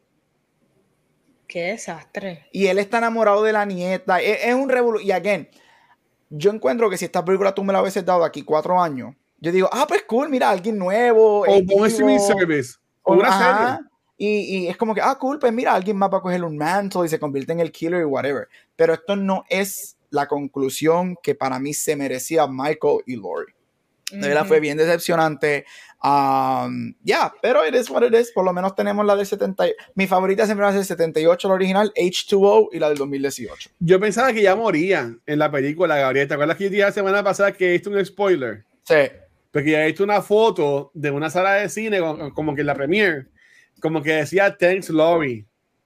Qué desastre. Y él está enamorado de la nieta. Es, es un revolución. Y again, yo encuentro que si esta película tú me la hubieses dado aquí cuatro años, yo digo, ah, pues cool, mira, alguien nuevo. O un streaming service. O una ajá, serie. Y, y es como que, ah, cool, pues mira, alguien más va a coger un mantle y se convierte en el killer y whatever. Pero esto no es la conclusión que para mí se merecía Michael y Laurie. De verdad, uh-huh. Fue bien decepcionante. Um, ya, yeah, pero it is what it is. Por lo menos tenemos la del setenta. Mi favorita siempre va a ser setenta y ocho, la original, H dos O y la del dos mil dieciocho. Yo pensaba que ya morían en la película, Gabriel. ¿Te acuerdas que yo dije la semana pasada que hice un spoiler? Sí. Porque ya he visto una foto de una sala de cine, como que en la premiere, como que decía Thanks Laurie.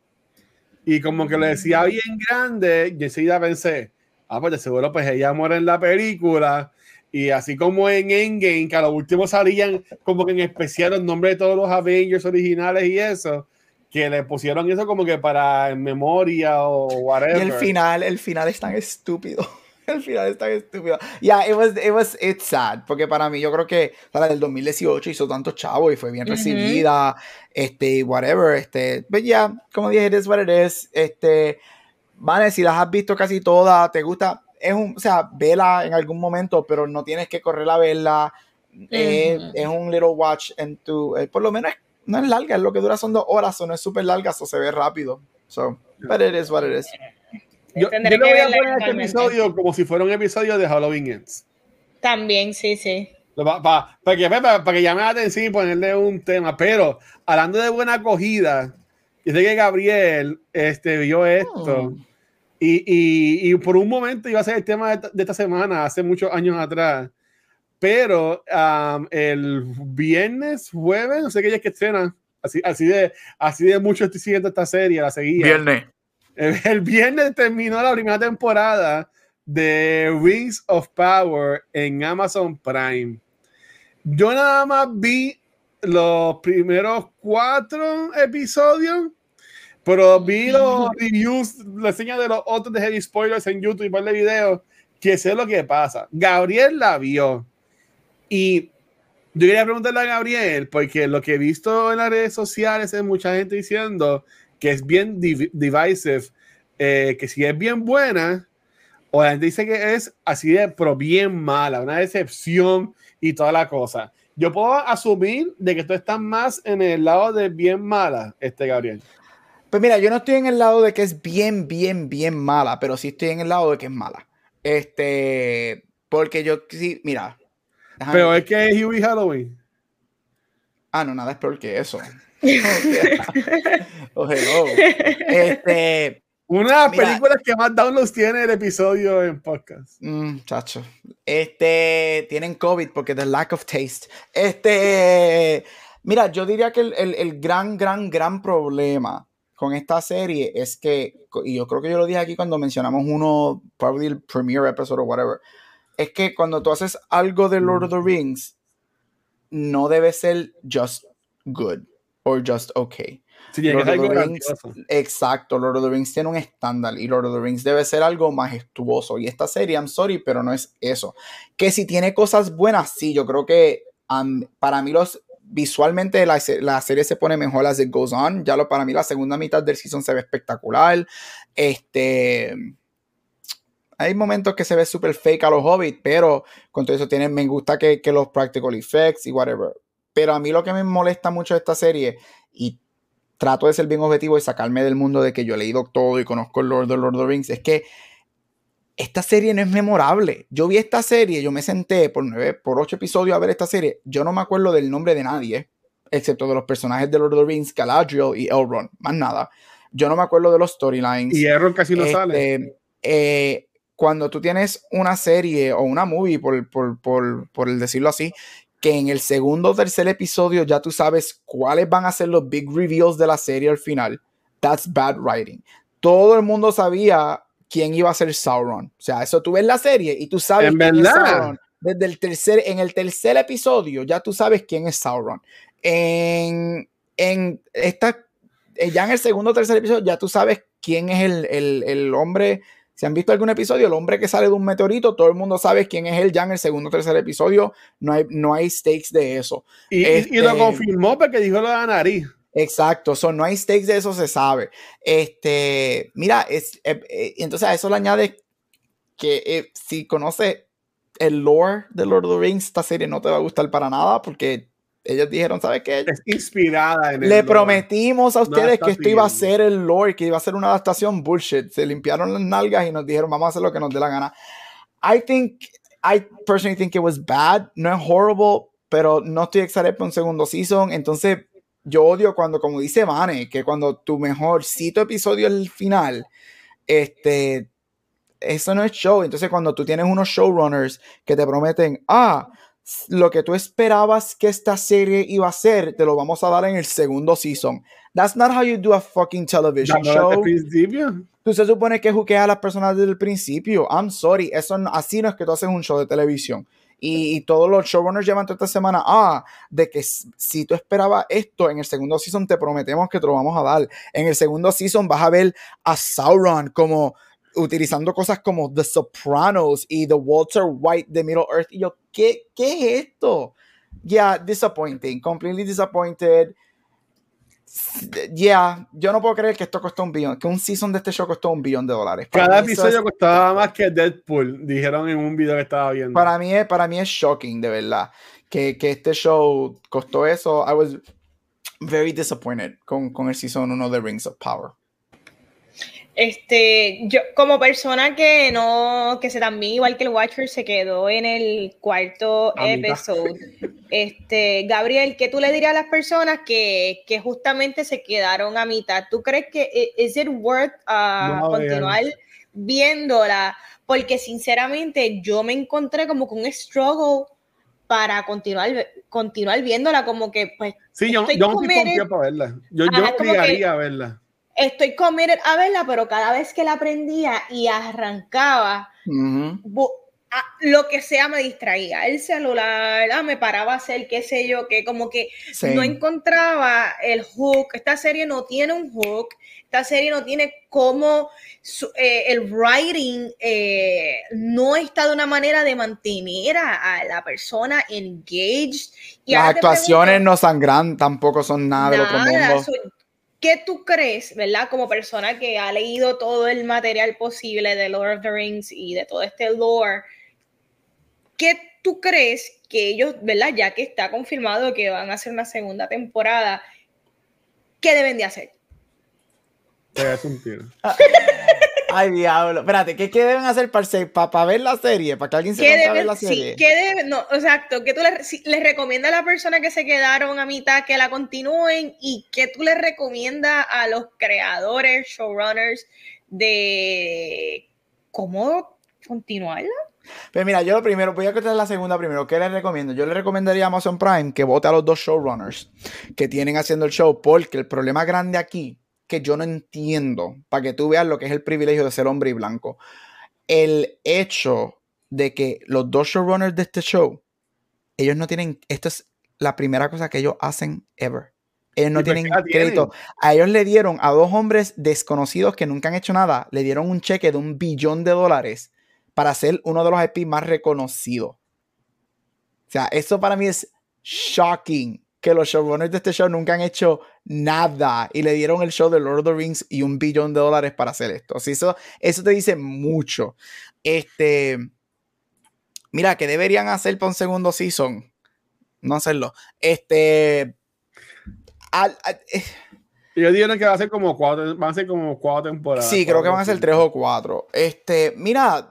Y como que lo decía bien grande, y enseguida pensé, ah, pues de seguro pues ella muere en la película. Y así como en Endgame, que a lo último salían como que en especial los nombres de todos los Avengers originales y eso, que le pusieron eso como que para en memoria o whatever. Y el final, el final es tan estúpido. El final es tan estúpido. Yeah, it was, it was, it's sad. Porque para mí, yo creo que la del dos mil dieciocho hizo tanto chavo y fue bien uh-huh. recibida. Este, whatever. Este, but yeah, como dije, it is what it is. Este, Vane, si las has visto casi todas, te gusta, es un, o sea, vela en algún momento, pero no tienes que correr a verla. Uh-huh. Eh, es un little watch en tu, eh, por lo menos no es larga, es lo que dura son dos horas, o no es súper larga, o se ve rápido. So, but it is what it is. Yo, yo le voy a poner este episodio como si fuera un episodio de Halloween Ends. También, sí, sí. Para pa, pa que, pa, pa que llame la atención y ponerle un tema. Pero, hablando de buena acogida, yo sé que Gabriel este, vio esto. Oh. Y, y, y por un momento iba a ser el tema de, de esta semana, hace muchos años atrás. Pero um, el viernes, jueves, no sé qué día es que estrena. Así, así, de, así de mucho estoy siguiendo esta serie, la seguía. Viernes. El, el viernes terminó la primera temporada de Rings of Power en Amazon Prime. Yo nada más vi los primeros cuatro episodios, pero vi los reviews, la señal de los otros de Heavy Spoilers en YouTube y par de videos, que sé lo que pasa. Gabriel la vio. Y yo quería preguntarle a Gabriel, porque lo que he visto en las redes sociales es mucha gente diciendo que es bien div- divisive, eh, que si es bien buena, o la gente dice que es así de, pero bien mala, una decepción y toda la cosa. Yo puedo asumir de que tú estás más en el lado de bien mala, este Gabriel. Pues mira, yo no estoy en el lado de que es bien, bien, bien mala, pero sí estoy en el lado de que es mala. Este, porque yo sí, mira. Pero ver. Es que es Hubie Halloween. Ah, no, nada es peor que eso. Oh, hello. Este, una de las mira, películas que más downloads tiene el episodio en podcast. Mm, chacho. Este, tienen COVID porque the lack of taste. Este, mira, yo diría que el, el, el gran, gran, gran problema con esta serie es que, y yo creo que yo lo dije aquí cuando mencionamos uno, probably el premiere episode o whatever, es que cuando tú haces algo de Lord of the Rings, no debe ser just good or just okay. Sí, Lord of the Rings, exacto, Lord of the Rings tiene un estándar y Lord of the Rings debe ser algo majestuoso. Y esta serie, I'm sorry, pero no es eso. Que si tiene cosas buenas, sí, yo creo que um, para mí los visualmente la, la serie se pone mejor as it goes on. Ya lo, para mí la segunda mitad del season se ve espectacular. Este... Hay momentos que se ve súper fake a los Hobbits, pero con todo eso tienen, me gusta que, que los practical effects y whatever. Pero a mí lo que me molesta mucho de esta serie, y trato de ser bien objetivo y sacarme del mundo de que yo he leído todo y conozco el Lord, Lord of the Rings, es que esta serie no es memorable. Yo vi esta serie, yo me senté por nueve, por ocho episodios a ver esta serie. Yo no me acuerdo del nombre de nadie, excepto de los personajes de Lord of the Rings, Galadriel y Elrond, más nada. Yo no me acuerdo de los storylines. Y Elrond casi no este, sale. Eh, cuando tú tienes una serie o una movie, por, por, por, por el decirlo así, que en el segundo o tercer episodio ya tú sabes cuáles van a ser los big reveals de la serie al final, that's bad writing. Todo el mundo sabía quién iba a ser Sauron. O sea, eso tú ves la serie y tú sabes ¿En quién verdad? es Sauron. Desde el tercer, en el tercer episodio ya tú sabes quién es Sauron. En, en esta ya en el segundo o tercer episodio ya tú sabes quién es el, el, el hombre. Si han visto algún episodio, el hombre que sale de un meteorito, todo el mundo sabe quién es él ya en el segundo o tercer episodio. No hay, no hay stakes de eso. Y, este, y lo confirmó porque dijo lo de la nariz. Exacto, so, no hay stakes de eso, se sabe. Este, mira, es, eh, eh, entonces a eso le añade que eh, si conoces el lore de Lord of the Rings, esta serie no te va a gustar para nada porque ellos dijeron, ¿sabes qué? Es inspirada en el Le lore. Prometimos a ustedes no que esto iba a ser el lore, que iba a ser una adaptación. Bullshit. Se limpiaron las nalgas y nos dijeron, vamos a hacer lo que nos dé la gana. I think, I personally think it was bad. No es horrible, pero no estoy excited por un segundo season. Entonces, yo odio cuando, como dice Vane, que cuando tu mejorcito episodio es el final, este... eso no es show. Entonces cuando tú tienes unos showrunners que te prometen, ah, lo que tú esperabas que esta serie iba a ser, te lo vamos a dar en el segundo season. That's not how you do a fucking television no, show. Principio. Tú se supone que juqueas a las personas desde el principio. I'm sorry, eso no, así no es que tú haces un show de televisión. Y, y todos los showrunners llevan toda esta semana, ah, de que si tú esperabas esto, en el segundo season te prometemos que te lo vamos a dar. En el segundo season vas a ver a Sauron como utilizando cosas como The Sopranos y The Walter White de Middle Earth. Y yo, ¿qué, qué es esto? Yeah, disappointing. Completely disappointed. Yeah, yo no puedo creer que esto costó un billón, que un season de este show costó un billón de dólares. Para Cada episodio es, costaba más que Deadpool, dijeron en un video que estaba viendo. Para mí es, para mí es shocking, de verdad, que, que este show costó eso. I was very disappointed con, con el season uno de Rings of Power. Este, yo como persona que no, que se también igual que el Watcher se quedó en el cuarto episodio, este, Gabriel, ¿qué tú le dirías a las personas que, que justamente se quedaron a mitad? ¿Tú crees que is it worth uh, no, continuar bien. viéndola? Porque sinceramente yo me encontré como con un struggle para continuar, continuar viéndola, como que pues sí, yo, yo no estoy confiado para verla, yo, yo Ajá, obligaría a verla. Estoy committed a verla, pero cada vez que la prendía y arrancaba, uh-huh. a, lo que sea me distraía. El celular, ah, me paraba a hacer qué sé yo, que como que sí. no encontraba el hook. Esta serie no tiene un hook. Esta serie no tiene como eh, el writing eh, no está de una manera de mantener a, a la persona engaged. Y las actuaciones pregunto, no sangran, tampoco son nada, nada del otro mundo. Soy, ¿Qué tú crees, verdad, como persona que ha leído todo el material posible de Lord of the Rings y de todo este lore? ¿Qué tú crees que ellos, verdad, ya que está confirmado que van a hacer una segunda temporada, qué deben de hacer? Te das un tiro. Ay, diablo. Espérate, ¿qué, qué deben hacer para, para, para ver la serie? Para que alguien se ponga a ver la serie. Sí, ¿qué deben? No, exacto. ¿Qué tú les, si, les recomiendas a la persona que se quedaron a mitad que la continúen? ¿Y qué tú les recomiendas a los creadores, showrunners, de cómo continuarla? Pues mira, yo lo primero, voy a contar la segunda primero. ¿Qué les recomiendo? Yo les recomendaría a Amazon Prime que vote a los dos showrunners que tienen haciendo el show, porque el problema grande aquí que yo no entiendo, para que tú veas lo que es el privilegio de ser hombre y blanco, el hecho de que los dos showrunners de este show, ellos no tienen, esto es la primera cosa que ellos hacen ever. Ellos no tienen crédito. Tienen? A ellos le dieron a dos hombres desconocidos que nunca han hecho nada, le dieron un cheque de un billón de dólares para ser uno de los I P más reconocidos. O sea, eso para mí es shocking, que los showrunners de este show nunca han hecho nada y le dieron el show de Lord of the Rings y un billón de dólares para hacer esto. O sea, eso, eso te dice mucho. Este, mira, ¿qué deberían hacer para un segundo season? No hacerlo. Este, al, al, eh. ellos dijeron que va a ser como cuatro, van a ser como cuatro temporadas. Sí, creo que van a ser tres o cuatro. Este, mira,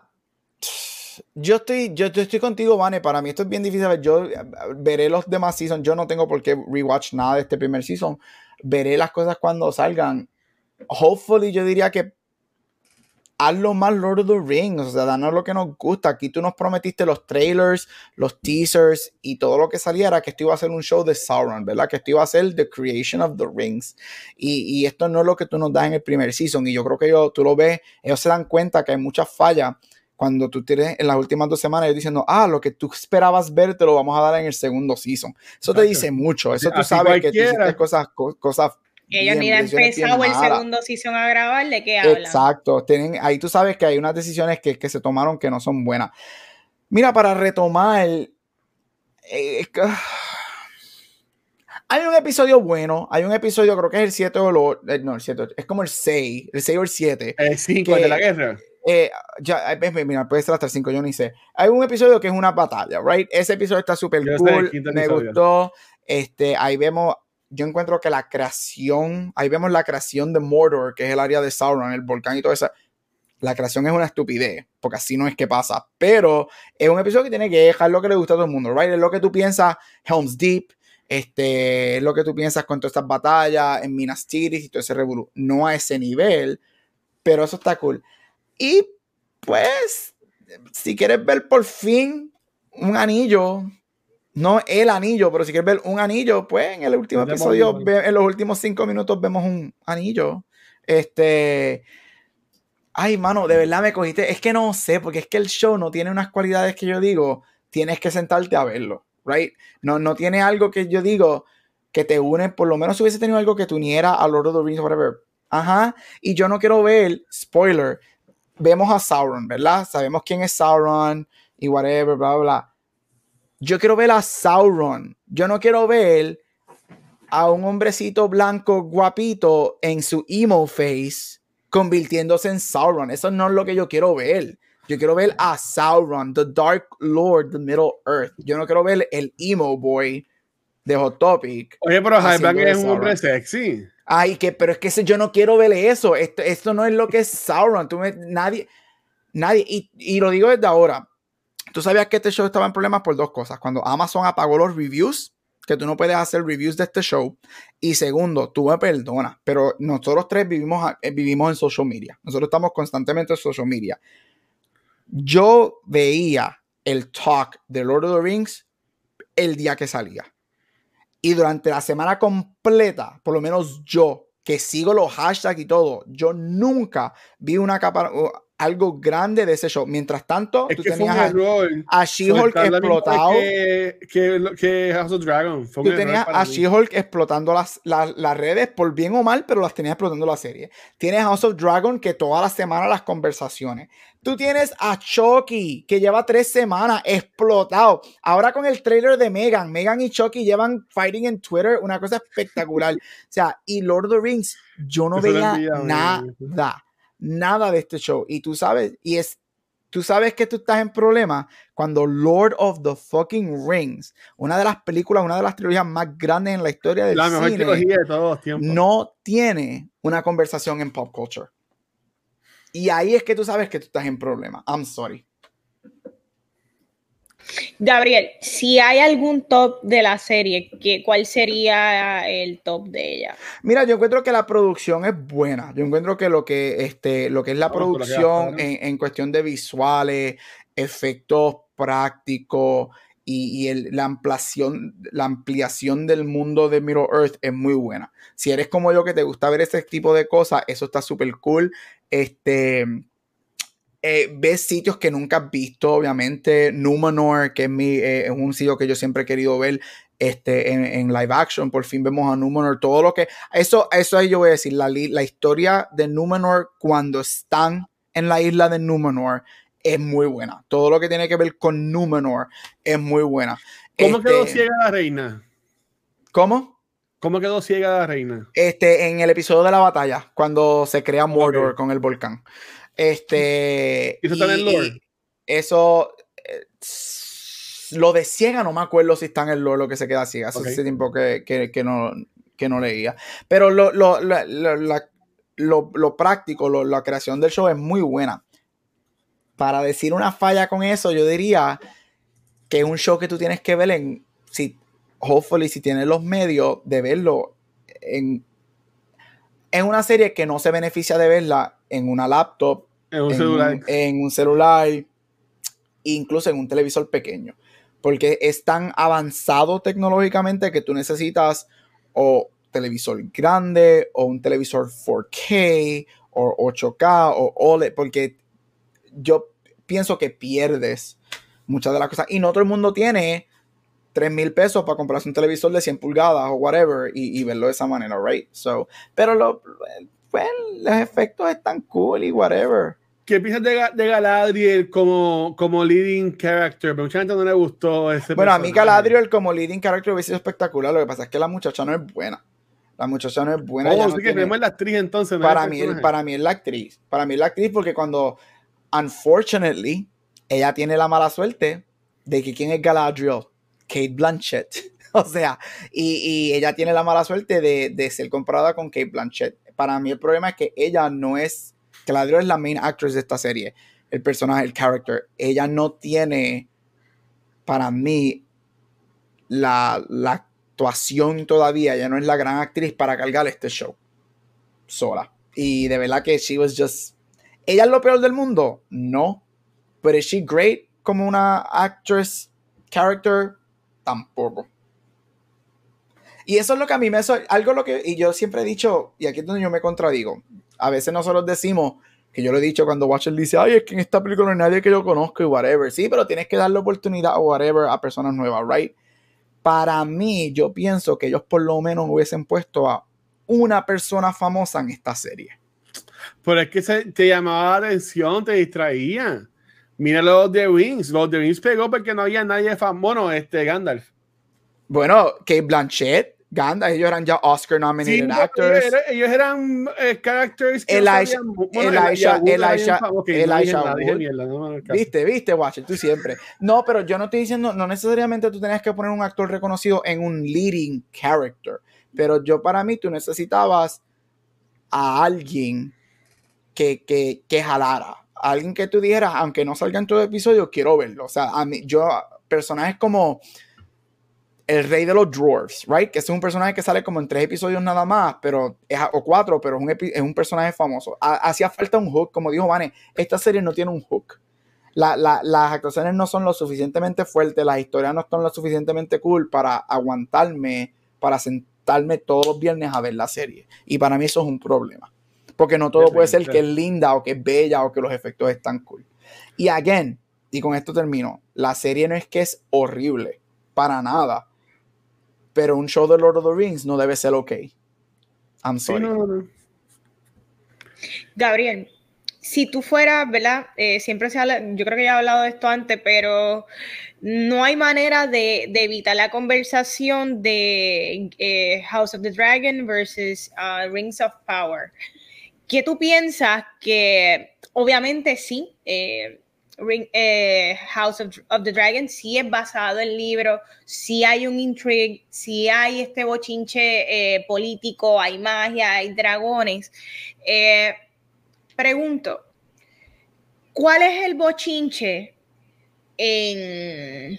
yo estoy, yo, yo estoy contigo, Vane. Para mí esto es bien difícil. Yo veré los demás seasons. Yo no tengo por qué rewatch nada de este primer season. Veré las cosas cuando salgan. Hopefully, yo diría que hazlo más Lord of the Rings. O sea, danos lo que nos gusta. Aquí tú nos prometiste los trailers, los teasers y todo lo que saliera, que esto iba a ser un show de Sauron, ¿verdad? Que esto iba a ser The Creation of the Rings. Y, y esto no es lo que tú nos das en el primer season. Y yo creo que ellos, tú lo ves, ellos se dan cuenta que hay muchas fallas. Cuando tú tienes en las últimas dos semanas ellos diciendo, ah, lo que tú esperabas ver te lo vamos a dar en el segundo season. Eso te dice mucho. Eso tú sabes que tú hiciste cosas, co- cosas Ellos ni han empezado el segundo season a grabar, ¿de qué hablan? Exacto, tienen, ahí tú sabes que hay unas decisiones que, que se tomaron que no son buenas. Mira, para retomar, eh, hay un episodio bueno, hay un episodio, creo que es el siete o el ocho, no, el siete, es como el seis, el seis o el siete. El cinco, de la guerra. Eh, ya, mira, puede ser hasta el cinco, yo ni sé. Hay un episodio que es una batalla, right? Ese episodio está súper cool, me episodio. gustó. Este, ahí vemos, yo encuentro que la creación, ahí vemos la creación de Mordor, que es el área de Sauron, el volcán y todo eso. La creación es una estupidez, porque así no es que pasa. Pero es un episodio que tiene que dejar lo que le gusta a todo el mundo, right? Es lo que tú piensas, Helm's Deep, este, es lo que tú piensas con todas estas batallas en Minas Tirith y todo ese revolú. No a ese nivel, pero eso está cool. Y pues, si quieres ver por fin un anillo, no el anillo, pero si quieres ver un anillo, pues en el último episodio, ve, en los últimos cinco minutos vemos un anillo. Este, ay, mano, de verdad me cogiste. Es que no sé, porque es que el show no tiene unas cualidades que yo digo, tienes que sentarte a verlo, right? No, no tiene algo que yo digo que te une, por lo menos si hubiese tenido algo que te uniera a Lord of the Rings, whatever. Ajá, y yo no quiero ver, spoiler, vemos a Sauron, ¿verdad? Sabemos quién es Sauron y whatever, bla, bla, bla. Yo quiero ver a Sauron. Yo no quiero ver a un hombrecito blanco guapito en su emo face convirtiéndose en Sauron. Eso no es lo que yo quiero ver. Yo quiero ver a Sauron, the Dark Lord, the Middle Earth. Yo no quiero ver el emo boy de Hot Topic. Oye, pero Hypebank es un hombre sexy. Ay, que, pero es que yo no quiero ver eso. Esto, esto no es lo que es Sauron. Tú me, nadie, nadie, y, y lo digo desde ahora. Tú sabías que este show estaba en problemas por dos cosas. Cuando Amazon apagó los reviews, que tú no puedes hacer reviews de este show. Y segundo, tú me perdonas, pero nosotros tres vivimos, vivimos en social media. Nosotros estamos constantemente en social media. Yo veía el talk de Lord of the Rings el día que salía. Y durante la semana completa, por lo menos yo, que sigo los hashtags y todo, yo nunca vi una capa, algo grande de ese show. Mientras tanto, es tú que tenías a, a She-Hulk explotado. Que, que, que House of Dragon. Fue tú tenías a She-Hulk explotando las, las, las redes, por bien o mal, pero las tenías explotando la serie. Tienes House of Dragon, que toda la semana las conversaciones. Tú tienes a Chucky, que lleva tres semanas explotado. Ahora con el trailer de Megan, Megan y Chucky llevan fighting en Twitter, una cosa espectacular. O sea, y Lord of the Rings, yo no Eso veía envía, nada, nada de este show. Y tú sabes, y es, tú sabes que tú estás en problema cuando Lord of the fucking Rings, una de las películas, una de las trilogías más grandes en la historia del la mejor cine, trilogía de todos los tiempos, no tiene una conversación en pop culture. Y ahí es que tú sabes que tú estás en problema. I'm sorry. Gabriel, si hay algún top de la serie, ¿qué, ¿cuál sería el top de ella? Mira, yo encuentro que la producción es buena. Yo encuentro que lo que, este, lo que es la oh, producción en, en cuestión de visuales, efectos prácticos y, y el, la, ampliación, la ampliación del mundo de Middle Earth es muy buena. Si eres como yo que te gusta ver ese tipo de cosas, eso está súper cool. Este, eh, ves sitios que nunca has visto, obviamente. Númenor, que es, mi, eh, es un sitio que yo siempre he querido ver este, en, en live action. Por fin vemos a Númenor. Todo lo que... Eso, eso ahí yo voy a decir. La, la historia de Númenor cuando están en la isla de Númenor es muy buena. Todo lo que tiene que ver con Númenor es muy buena. ¿Cómo este, quedó ciega la reina? ¿Cómo? ¿Cómo quedó ciega la reina? Este, en el episodio de la batalla, cuando se crea Mordor okay. con el volcán. Este. ¿Y eso está en el lore? Eso. Eh, lo de ciega no me acuerdo si está en el lore lo que se queda ciega. Okay. Hace tiempo que, que, que, no, que no leía. Pero lo, lo, lo, lo, la, lo, lo práctico, lo, la creación del show es muy buena. Para decir una falla con eso, yo diría que es un show que tú tienes que ver en. Si, hopefully, si tienes los medios de verlo en, en una serie que no se beneficia de verla en una laptop, en un en celular, un, en un celular, incluso en un televisor pequeño, porque es tan avanzado tecnológicamente que tú necesitas o televisor grande o un televisor four K o ocho K o O L E D, porque yo pienso que pierdes muchas de las cosas y no todo el mundo tiene tres mil pesos para comprarse un televisor de cien pulgadas o whatever y, y verlo de esa manera, right? So, pero lo, pues, los efectos están cool y whatever. ¿Qué piensas de, de Galadriel como, como leading character? Pero mucha gente no le gustó ese Bueno, personaje. a mí Galadriel como leading character hubiese sido espectacular. Lo que pasa es que la muchacha no es buena. La muchacha no es buena. Oh, no sí que tenemos la actriz entonces. ¿No? Para, mí, para mí es la actriz. Para mí es la actriz porque cuando, unfortunately, ella tiene la mala suerte de que ¿quién es Galadriel? Kate Blanchett. O sea, y, y ella tiene la mala suerte de, de ser comparada con Kate Blanchett. Para mí el problema es que ella no es... Galadriel es la main actress de esta serie. El personaje, el character. Ella no tiene, para mí, la, la actuación todavía. Ella no es la gran actriz para cargar este show sola. Y de verdad que she was just... ¿Ella es lo peor del mundo? No. But is she great como una actress, character? Tampoco. Y eso es lo que a mí me... Algo lo que... Y yo siempre he dicho, y aquí es donde yo me contradigo. A veces nosotros decimos, que yo lo he dicho cuando Watcher dice, ay, es que en esta película no hay nadie que yo conozco y whatever. Sí, pero tienes que darle oportunidad o whatever a personas nuevas, right? Para mí, yo pienso que ellos por lo menos hubiesen puesto a una persona famosa en esta serie. Pero es que se, te llamaba la atención, te distraía. Mira los The Rings. Los The Rings pegó porque no había nadie famoso. Bueno, este, Gandalf. Bueno, Kate Blanchett, Gandalf, ellos eran ya Oscar-nominated sí, actors. Ellos, ellos eran eh, characters que Elijah, no sabían, bueno, Elijah, Elijah, okay, Elijah no Wood. Mierda, no Viste, viste, Watcher, tú siempre. No, pero yo no estoy diciendo, no necesariamente tú tenías que poner un actor reconocido en un leading character. Pero yo, para mí, tú necesitabas a alguien que, que, que jalara. A alguien que tú dijeras, aunque no salga en todo episodio, quiero verlo. O sea, a mí, yo, personajes como el rey de los dwarves, right? Que es un personaje que sale como en tres episodios nada más, pero es, o cuatro, pero es un, es un personaje famoso. Hacía falta un hook, como dijo Vane, esta serie no tiene un hook. La, la, las actuaciones no son lo suficientemente fuertes, las historias no son lo suficientemente cool para aguantarme, para sentarme todos los viernes a ver la serie. Y para mí eso es un problema. Porque no todo puede ser que es linda o que es bella o que los efectos están cool. Y again, y con esto termino, la serie no es que es horrible, para nada. Pero un show de Lord of the Rings no debe ser ok. I'm sorry. Sí, no, no. Gabriel, si tú fueras, ¿verdad? Eh, siempre se habla, yo creo que ya he hablado de esto antes, pero no hay manera de, de evitar la conversación de eh, House of the Dragon versus uh, Rings of Power. ¿Qué tú piensas que, obviamente sí, eh, Ring, eh, House of, of the Dragon sí es basado en libro, sí hay un intrigue, sí hay este bochinche eh, político, hay magia, hay dragones. Eh, pregunto, ¿cuál es el bochinche en,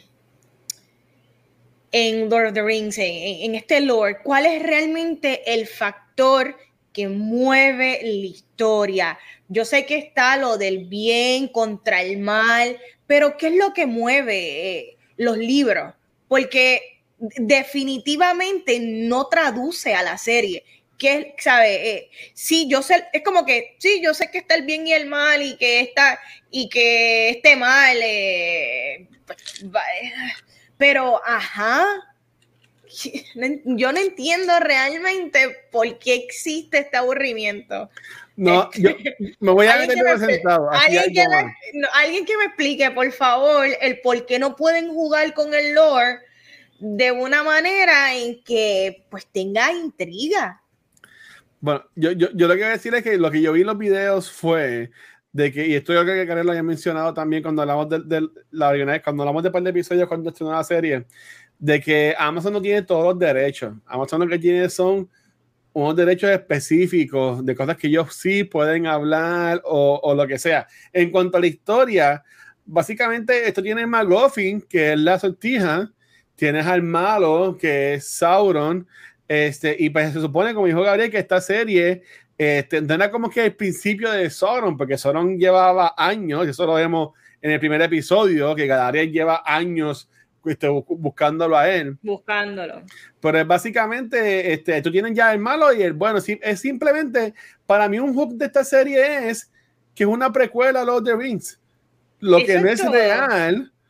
en Lord of the Rings, en, en este lore? ¿Cuál es realmente el factor que mueve la historia? Yo sé que está lo del bien contra el mal, pero ¿qué es lo que mueve eh, los libros? Porque definitivamente no traduce a la serie. ¿Qué, sabe? Eh, sí, yo sé, es como que, sí, yo sé que está el bien y el mal y que está, y que este mal, eh, pero, ajá, yo no entiendo realmente por qué existe este aburrimiento. No, yo me voy a meter representado. ¿Alguien, que me, no, alguien que me explique, por favor, el por qué no pueden jugar con el lore de una manera en que pues tenga intriga. Bueno, yo, yo, yo lo que voy a decir es que lo que yo vi en los videos fue de que, y esto yo creo que Karen lo había mencionado también cuando hablamos de, de la cuando hablamos de un par de episodios cuando estrenó la serie, de que Amazon no tiene todos los derechos. Amazon lo que tiene son unos derechos específicos de cosas que ellos sí pueden hablar o, o lo que sea. En cuanto a la historia, básicamente esto tiene McGuffin, que es la sortija, tienes al malo, que es Sauron, este, y pues se supone, como dijo Gabriel, que esta serie este, tendrá como que el principio de Sauron, porque Sauron llevaba años, y eso lo vemos en el primer episodio, que Gabriel lleva años este, buscándolo a él. Buscándolo. Pero es básicamente, este, tú tienes ya el malo y el bueno. Es simplemente, para mí un hook de esta serie es que es una precuela a Lord of the Rings. Lo que no es real,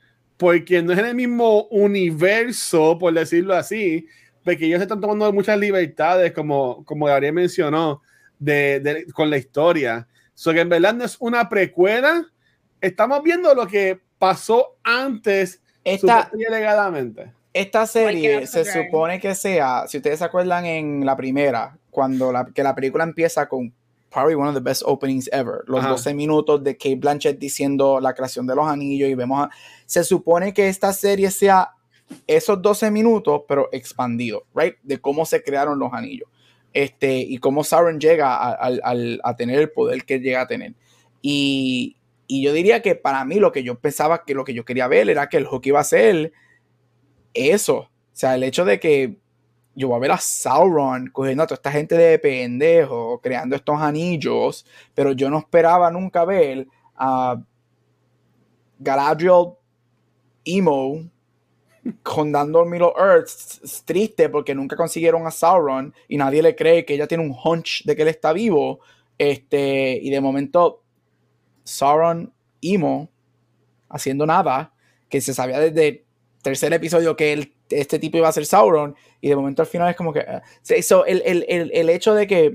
porque no es en el mismo universo, por decirlo así, porque ellos están tomando muchas libertades, como, como Gabriel mencionó, de, de, con la historia. So que en verdad no es una precuela, estamos viendo lo que pasó antes, esta, alegadamente. Esta serie se supone que sea, si ustedes se acuerdan en la primera, cuando la, que la película empieza con probably one of the best openings ever, los Ajá. doce minutos de Cate Blanchett diciendo la creación de los anillos y vemos, a, se supone que esta serie sea esos doce minutos, pero expandido, right, de cómo se crearon los anillos, este, y cómo Sauron llega a, a, a, a tener el poder que llega a tener. Y, y yo diría que para mí lo que yo pensaba que lo que yo quería ver era que el Hulk iba a ser eso, o sea, el hecho de que yo voy a ver a Sauron cogiendo a toda esta gente de pendejo, creando estos anillos, pero yo no esperaba nunca ver a Galadriel emo condando Middle Earth triste porque nunca consiguieron a Sauron y nadie le cree que ella tiene un hunch de que él está vivo, este, y de momento Sauron emo haciendo nada, que se sabía desde el tercer episodio que él, este tipo iba a ser Sauron, y de momento al final es como que uh, so, el, el, el, el hecho de que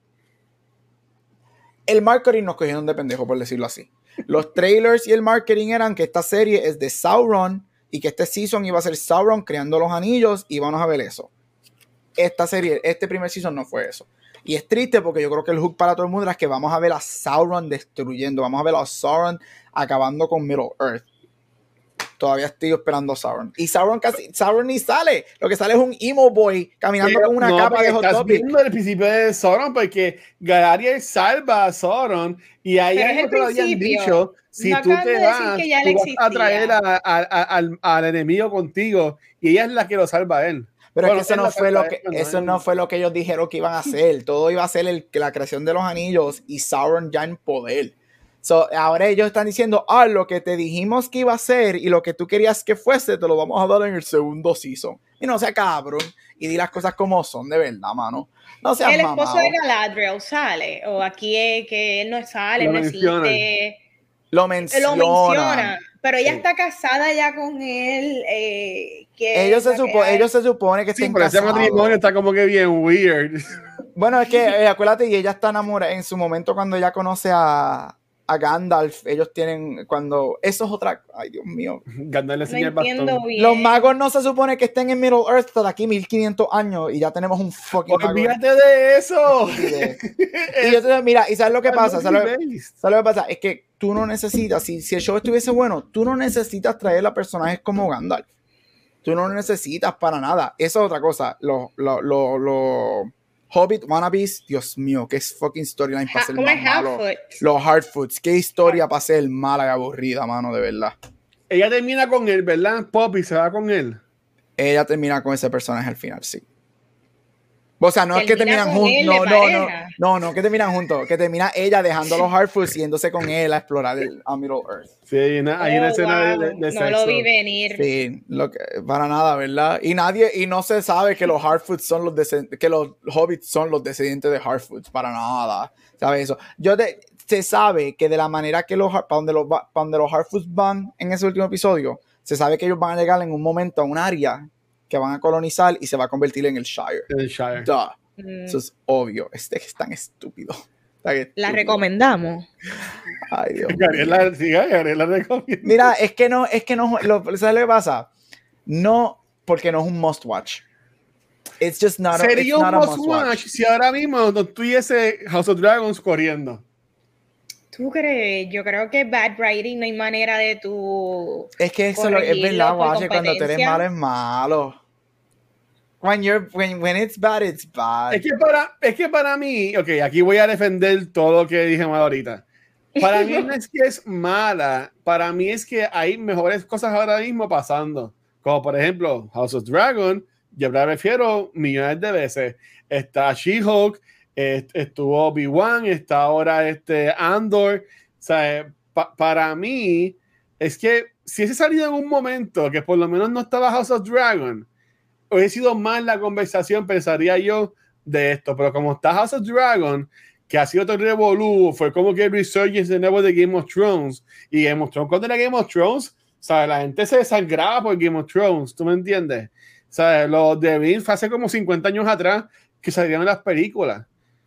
el marketing nos cogieron de pendejo, por decirlo así. Los trailers y el marketing eran que esta serie es de Sauron y que este season iba a ser Sauron creando los anillos y vamos a ver eso. Esta serie, este primer season no fue eso. Y es triste porque yo creo que el hook para todo el mundo es que vamos a ver a Sauron destruyendo, vamos a ver a Sauron acabando con Middle Earth. Todavía estoy esperando a Sauron. Y Sauron casi, Sauron ni sale. Lo que sale es un emo boy caminando Pero, con una no, capa de Hot Topic. Viendo el principio de Sauron porque Galadriel salva a Sauron y ahí es lo habían dicho, si no tú te vas, tú vas a traer a, a, a, al, al enemigo contigo y ella es la que lo salva a él. Pero bueno, es que eso, no fue, lo que, eso no fue lo que ellos dijeron que iban a hacer. Todo iba a ser el, la creación de los anillos y Sauron ya en poder. So, ahora ellos están diciendo, ah, lo que te dijimos que iba a ser y lo que tú querías que fuese, te lo vamos a dar en el segundo season. Y no sea cabrón. Y di las cosas como son, de verdad, mano. No seas El mamado. esposo de Galadriel sale, o aquí es que él no sale, lo no menciona. existe. Lo menciona. Lo menciona. Pero ella sí. está casada ya con él. Eh, que ellos, se supo, que ellos se supone que sí, estén pero casados. Ese matrimonio está como que bien weird. Bueno, es que eh, acuérdate, y ella está enamorada en su momento cuando ella conoce a a Gandalf, ellos tienen cuando eso es otra, ay Dios mío, Gandalf le enseña no el bastón. Bien. Los magos no se supone que estén en Middle Earth hasta de aquí mil quinientos años y ya tenemos un fucking olvídate de eso. Y yo te, mira, y sabes lo que pasa, ¿sabes lo, ¿sabes lo que pasa? Es que tú no necesitas, si, si el show estuviese bueno, tú no necesitas traer a personajes como Gandalf, tú no lo necesitas para nada. Eso es otra cosa, los lo, lo, lo Hobbit wannabes, Dios mío, qué fucking storyline para ser más malo. Los Hardfoots, qué historia para ser mala y aburrida, mano, de verdad. Ella termina con él, ¿verdad? Poppy se va con él. Ella termina con ese personaje al final, sí. O sea, no es que terminan juntos, no, no, no, no, no, que terminan juntos, que termina ella dejando a los Hardfoots yéndose con él a explorar el a Middle Earth. Sí, hay una, hay una oh, escena wow. de, de no sexo. lo vi venir. Sí, lo que, para nada, ¿verdad? Y nadie, y no se sabe que los Hardfoots son los descendientes, que los Hobbits son los descendientes de Hardfoots, para nada, ¿sabes eso? Yo de, se sabe que de la manera que los, para donde los, para donde los Hardfoots van en ese último episodio, se sabe que ellos van a llegar en un momento a un área que van a colonizar y se va a convertir en el Shire. El Shire. Duh. Eso es obvio. Este es tan estúpido. Tan estúpido. La recomendamos. Ay, Dios. Gabriela, sí, Gabriela recomienda. Mira, es que no, es que no, lo, ¿sabes lo que pasa? No, porque no es un must watch. It's just not a, Sería it's un not a must, must watch, watch si ahora mismo no tuviese House of Dragons corriendo. ¿Tú crees? Yo creo que bad writing no hay manera de tu. Es que eso lo, es verdad, watch, cuando tú eres malo es malo. When you're when, when it's bad, it's bad. Es que para, es que para mí, ok, aquí voy a defender todo lo que dije mal ahorita. Para mí no es que es mala, para mí es que hay mejores cosas ahora mismo pasando. Como por ejemplo, House of Dragon, yo me refiero millones de veces. Está She-Hulk, est estuvo Obi-Wan, está ahora este Andor. O sea, pa para mí, es que si ese salido en un momento que por lo menos no estaba House of Dragon, hubiese sido más la conversación, pensaría yo, de esto. Pero como está House of Dragon, que ha sido todo revolú, fue como que el resurgence de nuevo de Game of Thrones. Y Game of Thrones, cuando era Game of Thrones, sea, la gente se desangraba por Game of Thrones, ¿tú me entiendes? O sea, los de Vince fue hace como cincuenta años atrás que salieron las películas.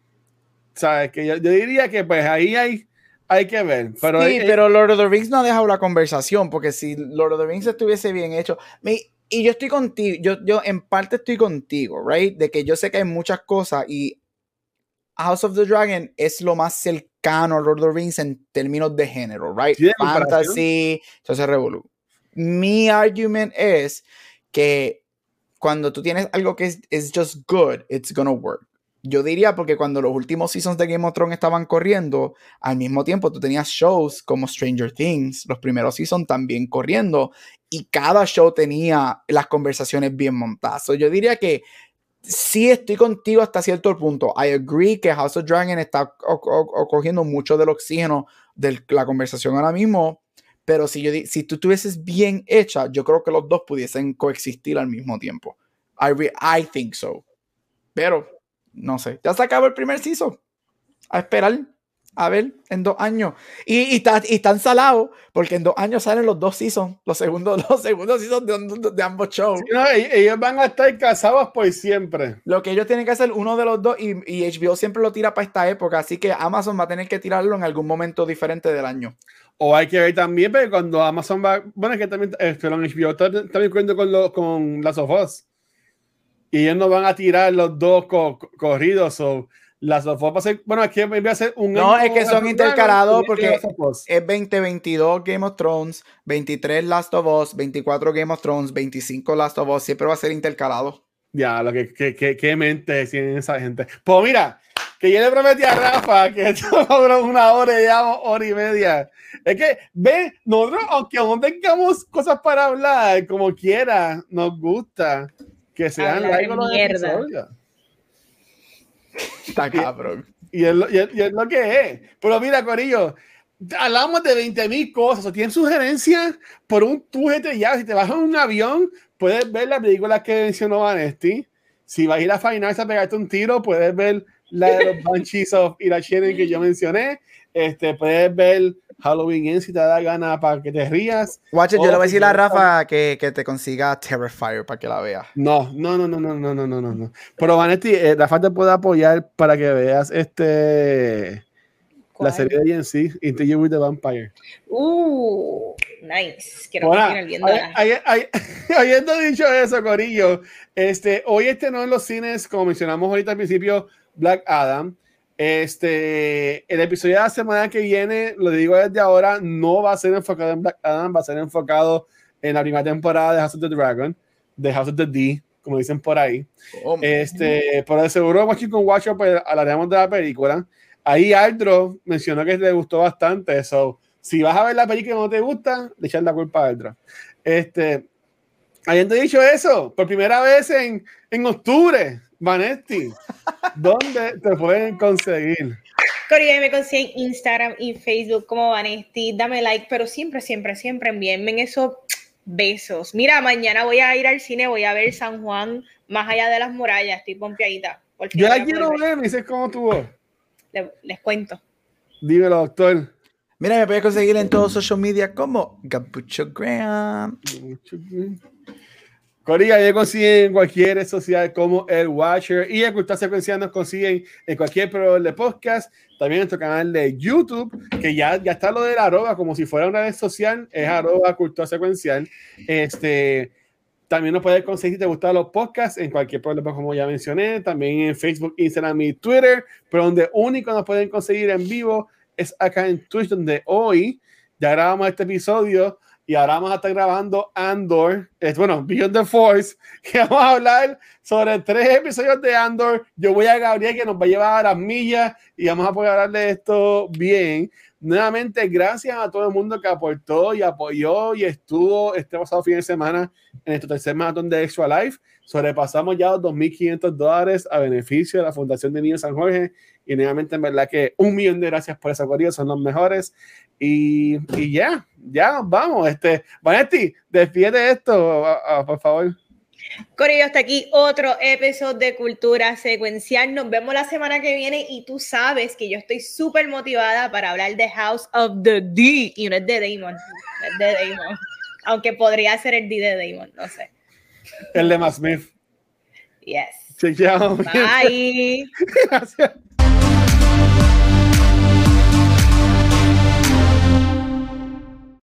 ¿Sabes? Que yo, yo diría que pues ahí hay, hay que ver. Pero sí, hay, pero Lord of the Rings no ha dejado la conversación, porque si Lord of the Rings estuviese bien hecho, me, y yo estoy contigo, yo, yo en parte estoy contigo, right? De que yo sé que hay muchas cosas y House of the Dragon es lo más cercano a Lord of the Rings en términos de género, right? ¿Sí, de fantasy, entonces revolu. Mi argument es que cuando tú tienes algo que es it's just good, it's gonna work. Yo diría porque cuando los últimos seasons de Game of Thrones estaban corriendo, al mismo tiempo tú tenías shows como Stranger Things, los primeros seasons también corriendo, y cada show tenía las conversaciones bien montadas. So, yo diría que sí estoy contigo hasta cierto punto. I agree que House of Dragon está o, o, o cogiendo mucho del oxígeno de la conversación ahora mismo, pero si, yo, si tú estuvieses bien hecha, yo creo que los dos pudiesen coexistir al mismo tiempo. I, re, I think so. Pero no sé, ya se acabó el primer season. A esperar, a ver, en dos años. Y, y, está, y están salados, porque en dos años salen los dos seasons, los segundos, los segundos seasons de, de ambos shows. Sí, no, ellos van a estar casados por siempre. Lo que ellos tienen que hacer, uno de los dos, y, y H B O siempre lo tira para esta época, así que Amazon va a tener que tirarlo en algún momento diferente del año. O hay que ver también, pero cuando Amazon va, bueno, es que también, eh, pero H B O también cuenta con, lo, con Last of Us. Y ellos no van a tirar los dos co corridos. O Last of Us va a ser, bueno, aquí voy a hacer un. No, es que son intercalados porque es veinte veintidós Game of Thrones, veintitrés Last of Us, veinticuatro Game of Thrones, veinticinco Last of Us. Siempre va a ser intercalado. Ya, lo que, que, que, que mente tienen esa gente. Pues mira, que yo le prometí a Rafa que esto va una hora y ya hora y media. Es que, ve, nosotros, aunque aún tengamos cosas para hablar, como quiera, nos gusta que sean largos los episodios. Está cabrón. Y, y, es lo, y, es, y es lo que es. Pero mira, Corillo, hablamos de veinte mil cosas. O tienen sugerencias por un tujete ya. Si te vas en un avión, puedes ver la película que mencionó Vanesti. Si vas a ir a Fine Arts a pegarte un tiro, puedes ver la de los Banshees of Inisherin que yo mencioné. Este, puedes ver Halloween Ends si te da gana para que te rías. Watch it, yo le voy a decir a Rafa que, que te consiga Terrifier para que la vea. No, no, no, no, no, no, no, no, no. Pero Vanesti, eh, Rafa te puede apoyar para que veas este la serie de Gen Z, Interview with the Vampire. Uh, nice. Quiero bueno, continuar viéndola. Habiendo dicho eso, Corillo, este, hoy estrenó en los cines, como mencionamos ahorita al principio, Black Adam. Este, el episodio de la semana que viene, lo digo desde ahora, no va a ser enfocado en Black Adam, va a ser enfocado en la primera temporada de House of the Dragon, de House of the D, como dicen por ahí. Oh, este, por el seguro Watching con Watcher, pues hablaremos de la película. Ahí Aldro mencionó que le gustó bastante eso. Si vas a ver la película y no te gusta, le echan la culpa a Aldro. Este, habiendo dicho eso, por primera vez en, en octubre, Vanesti, ¿dónde te pueden conseguir? Corillo, me consiguen en Instagram y Facebook como Vanesti. Dame like, pero siempre, siempre, siempre envíenme esos besos. Mira, mañana voy a ir al cine, voy a ver San Juan más allá de las murallas. Estoy pompeadita. Yo la quiero ver, me dices cómo tuvo. Les, les cuento. Dímelo, doctor. Mira, me puedes conseguir en todos social media como Gabucho Graham. Corilla, ya consiguen en cualquier red social como El Watcher, y en Cultura Secuencial nos consiguen en cualquier proveedor de podcast, también en nuestro canal de YouTube, que ya, ya está lo de la arroba, como si fuera una red social, es arroba Cultura Secuencial. Este, también nos puedes conseguir si te gustan los podcasts en cualquier proveedor, como ya mencioné, también en Facebook, Instagram y Twitter, pero donde único nos pueden conseguir en vivo es acá en Twitch, donde hoy ya grabamos este episodio. Y ahora vamos a estar grabando Andor, es, bueno, Beyond the Force, que vamos a hablar sobre tres episodios de Andor. Yo voy a Gabriel, que nos va a llevar a las millas, y vamos a poder hablar de esto bien. Nuevamente, gracias a todo el mundo que aportó y apoyó y estuvo este pasado fin de semana en nuestro tercer maratón de Extra Life. Sobrepasamos ya los dos mil quinientos dólares a beneficio de la Fundación de Niños San Jorge. Y nuevamente, en verdad que un millón de gracias por esa corrida, son los mejores. Y, y ya, ya nos vamos. Este, Vanesti, despídete esto, a, a, por favor. Corillo, hasta aquí otro episodio de Cultura Secuencial. Nos vemos la semana que viene y tú sabes que yo estoy súper motivada para hablar de House of the D y no es de Damon, es de Damon. Aunque podría ser el D de Damon, no sé. El de Matt Smith. Yes. Chequeamos. Bye. Gracias.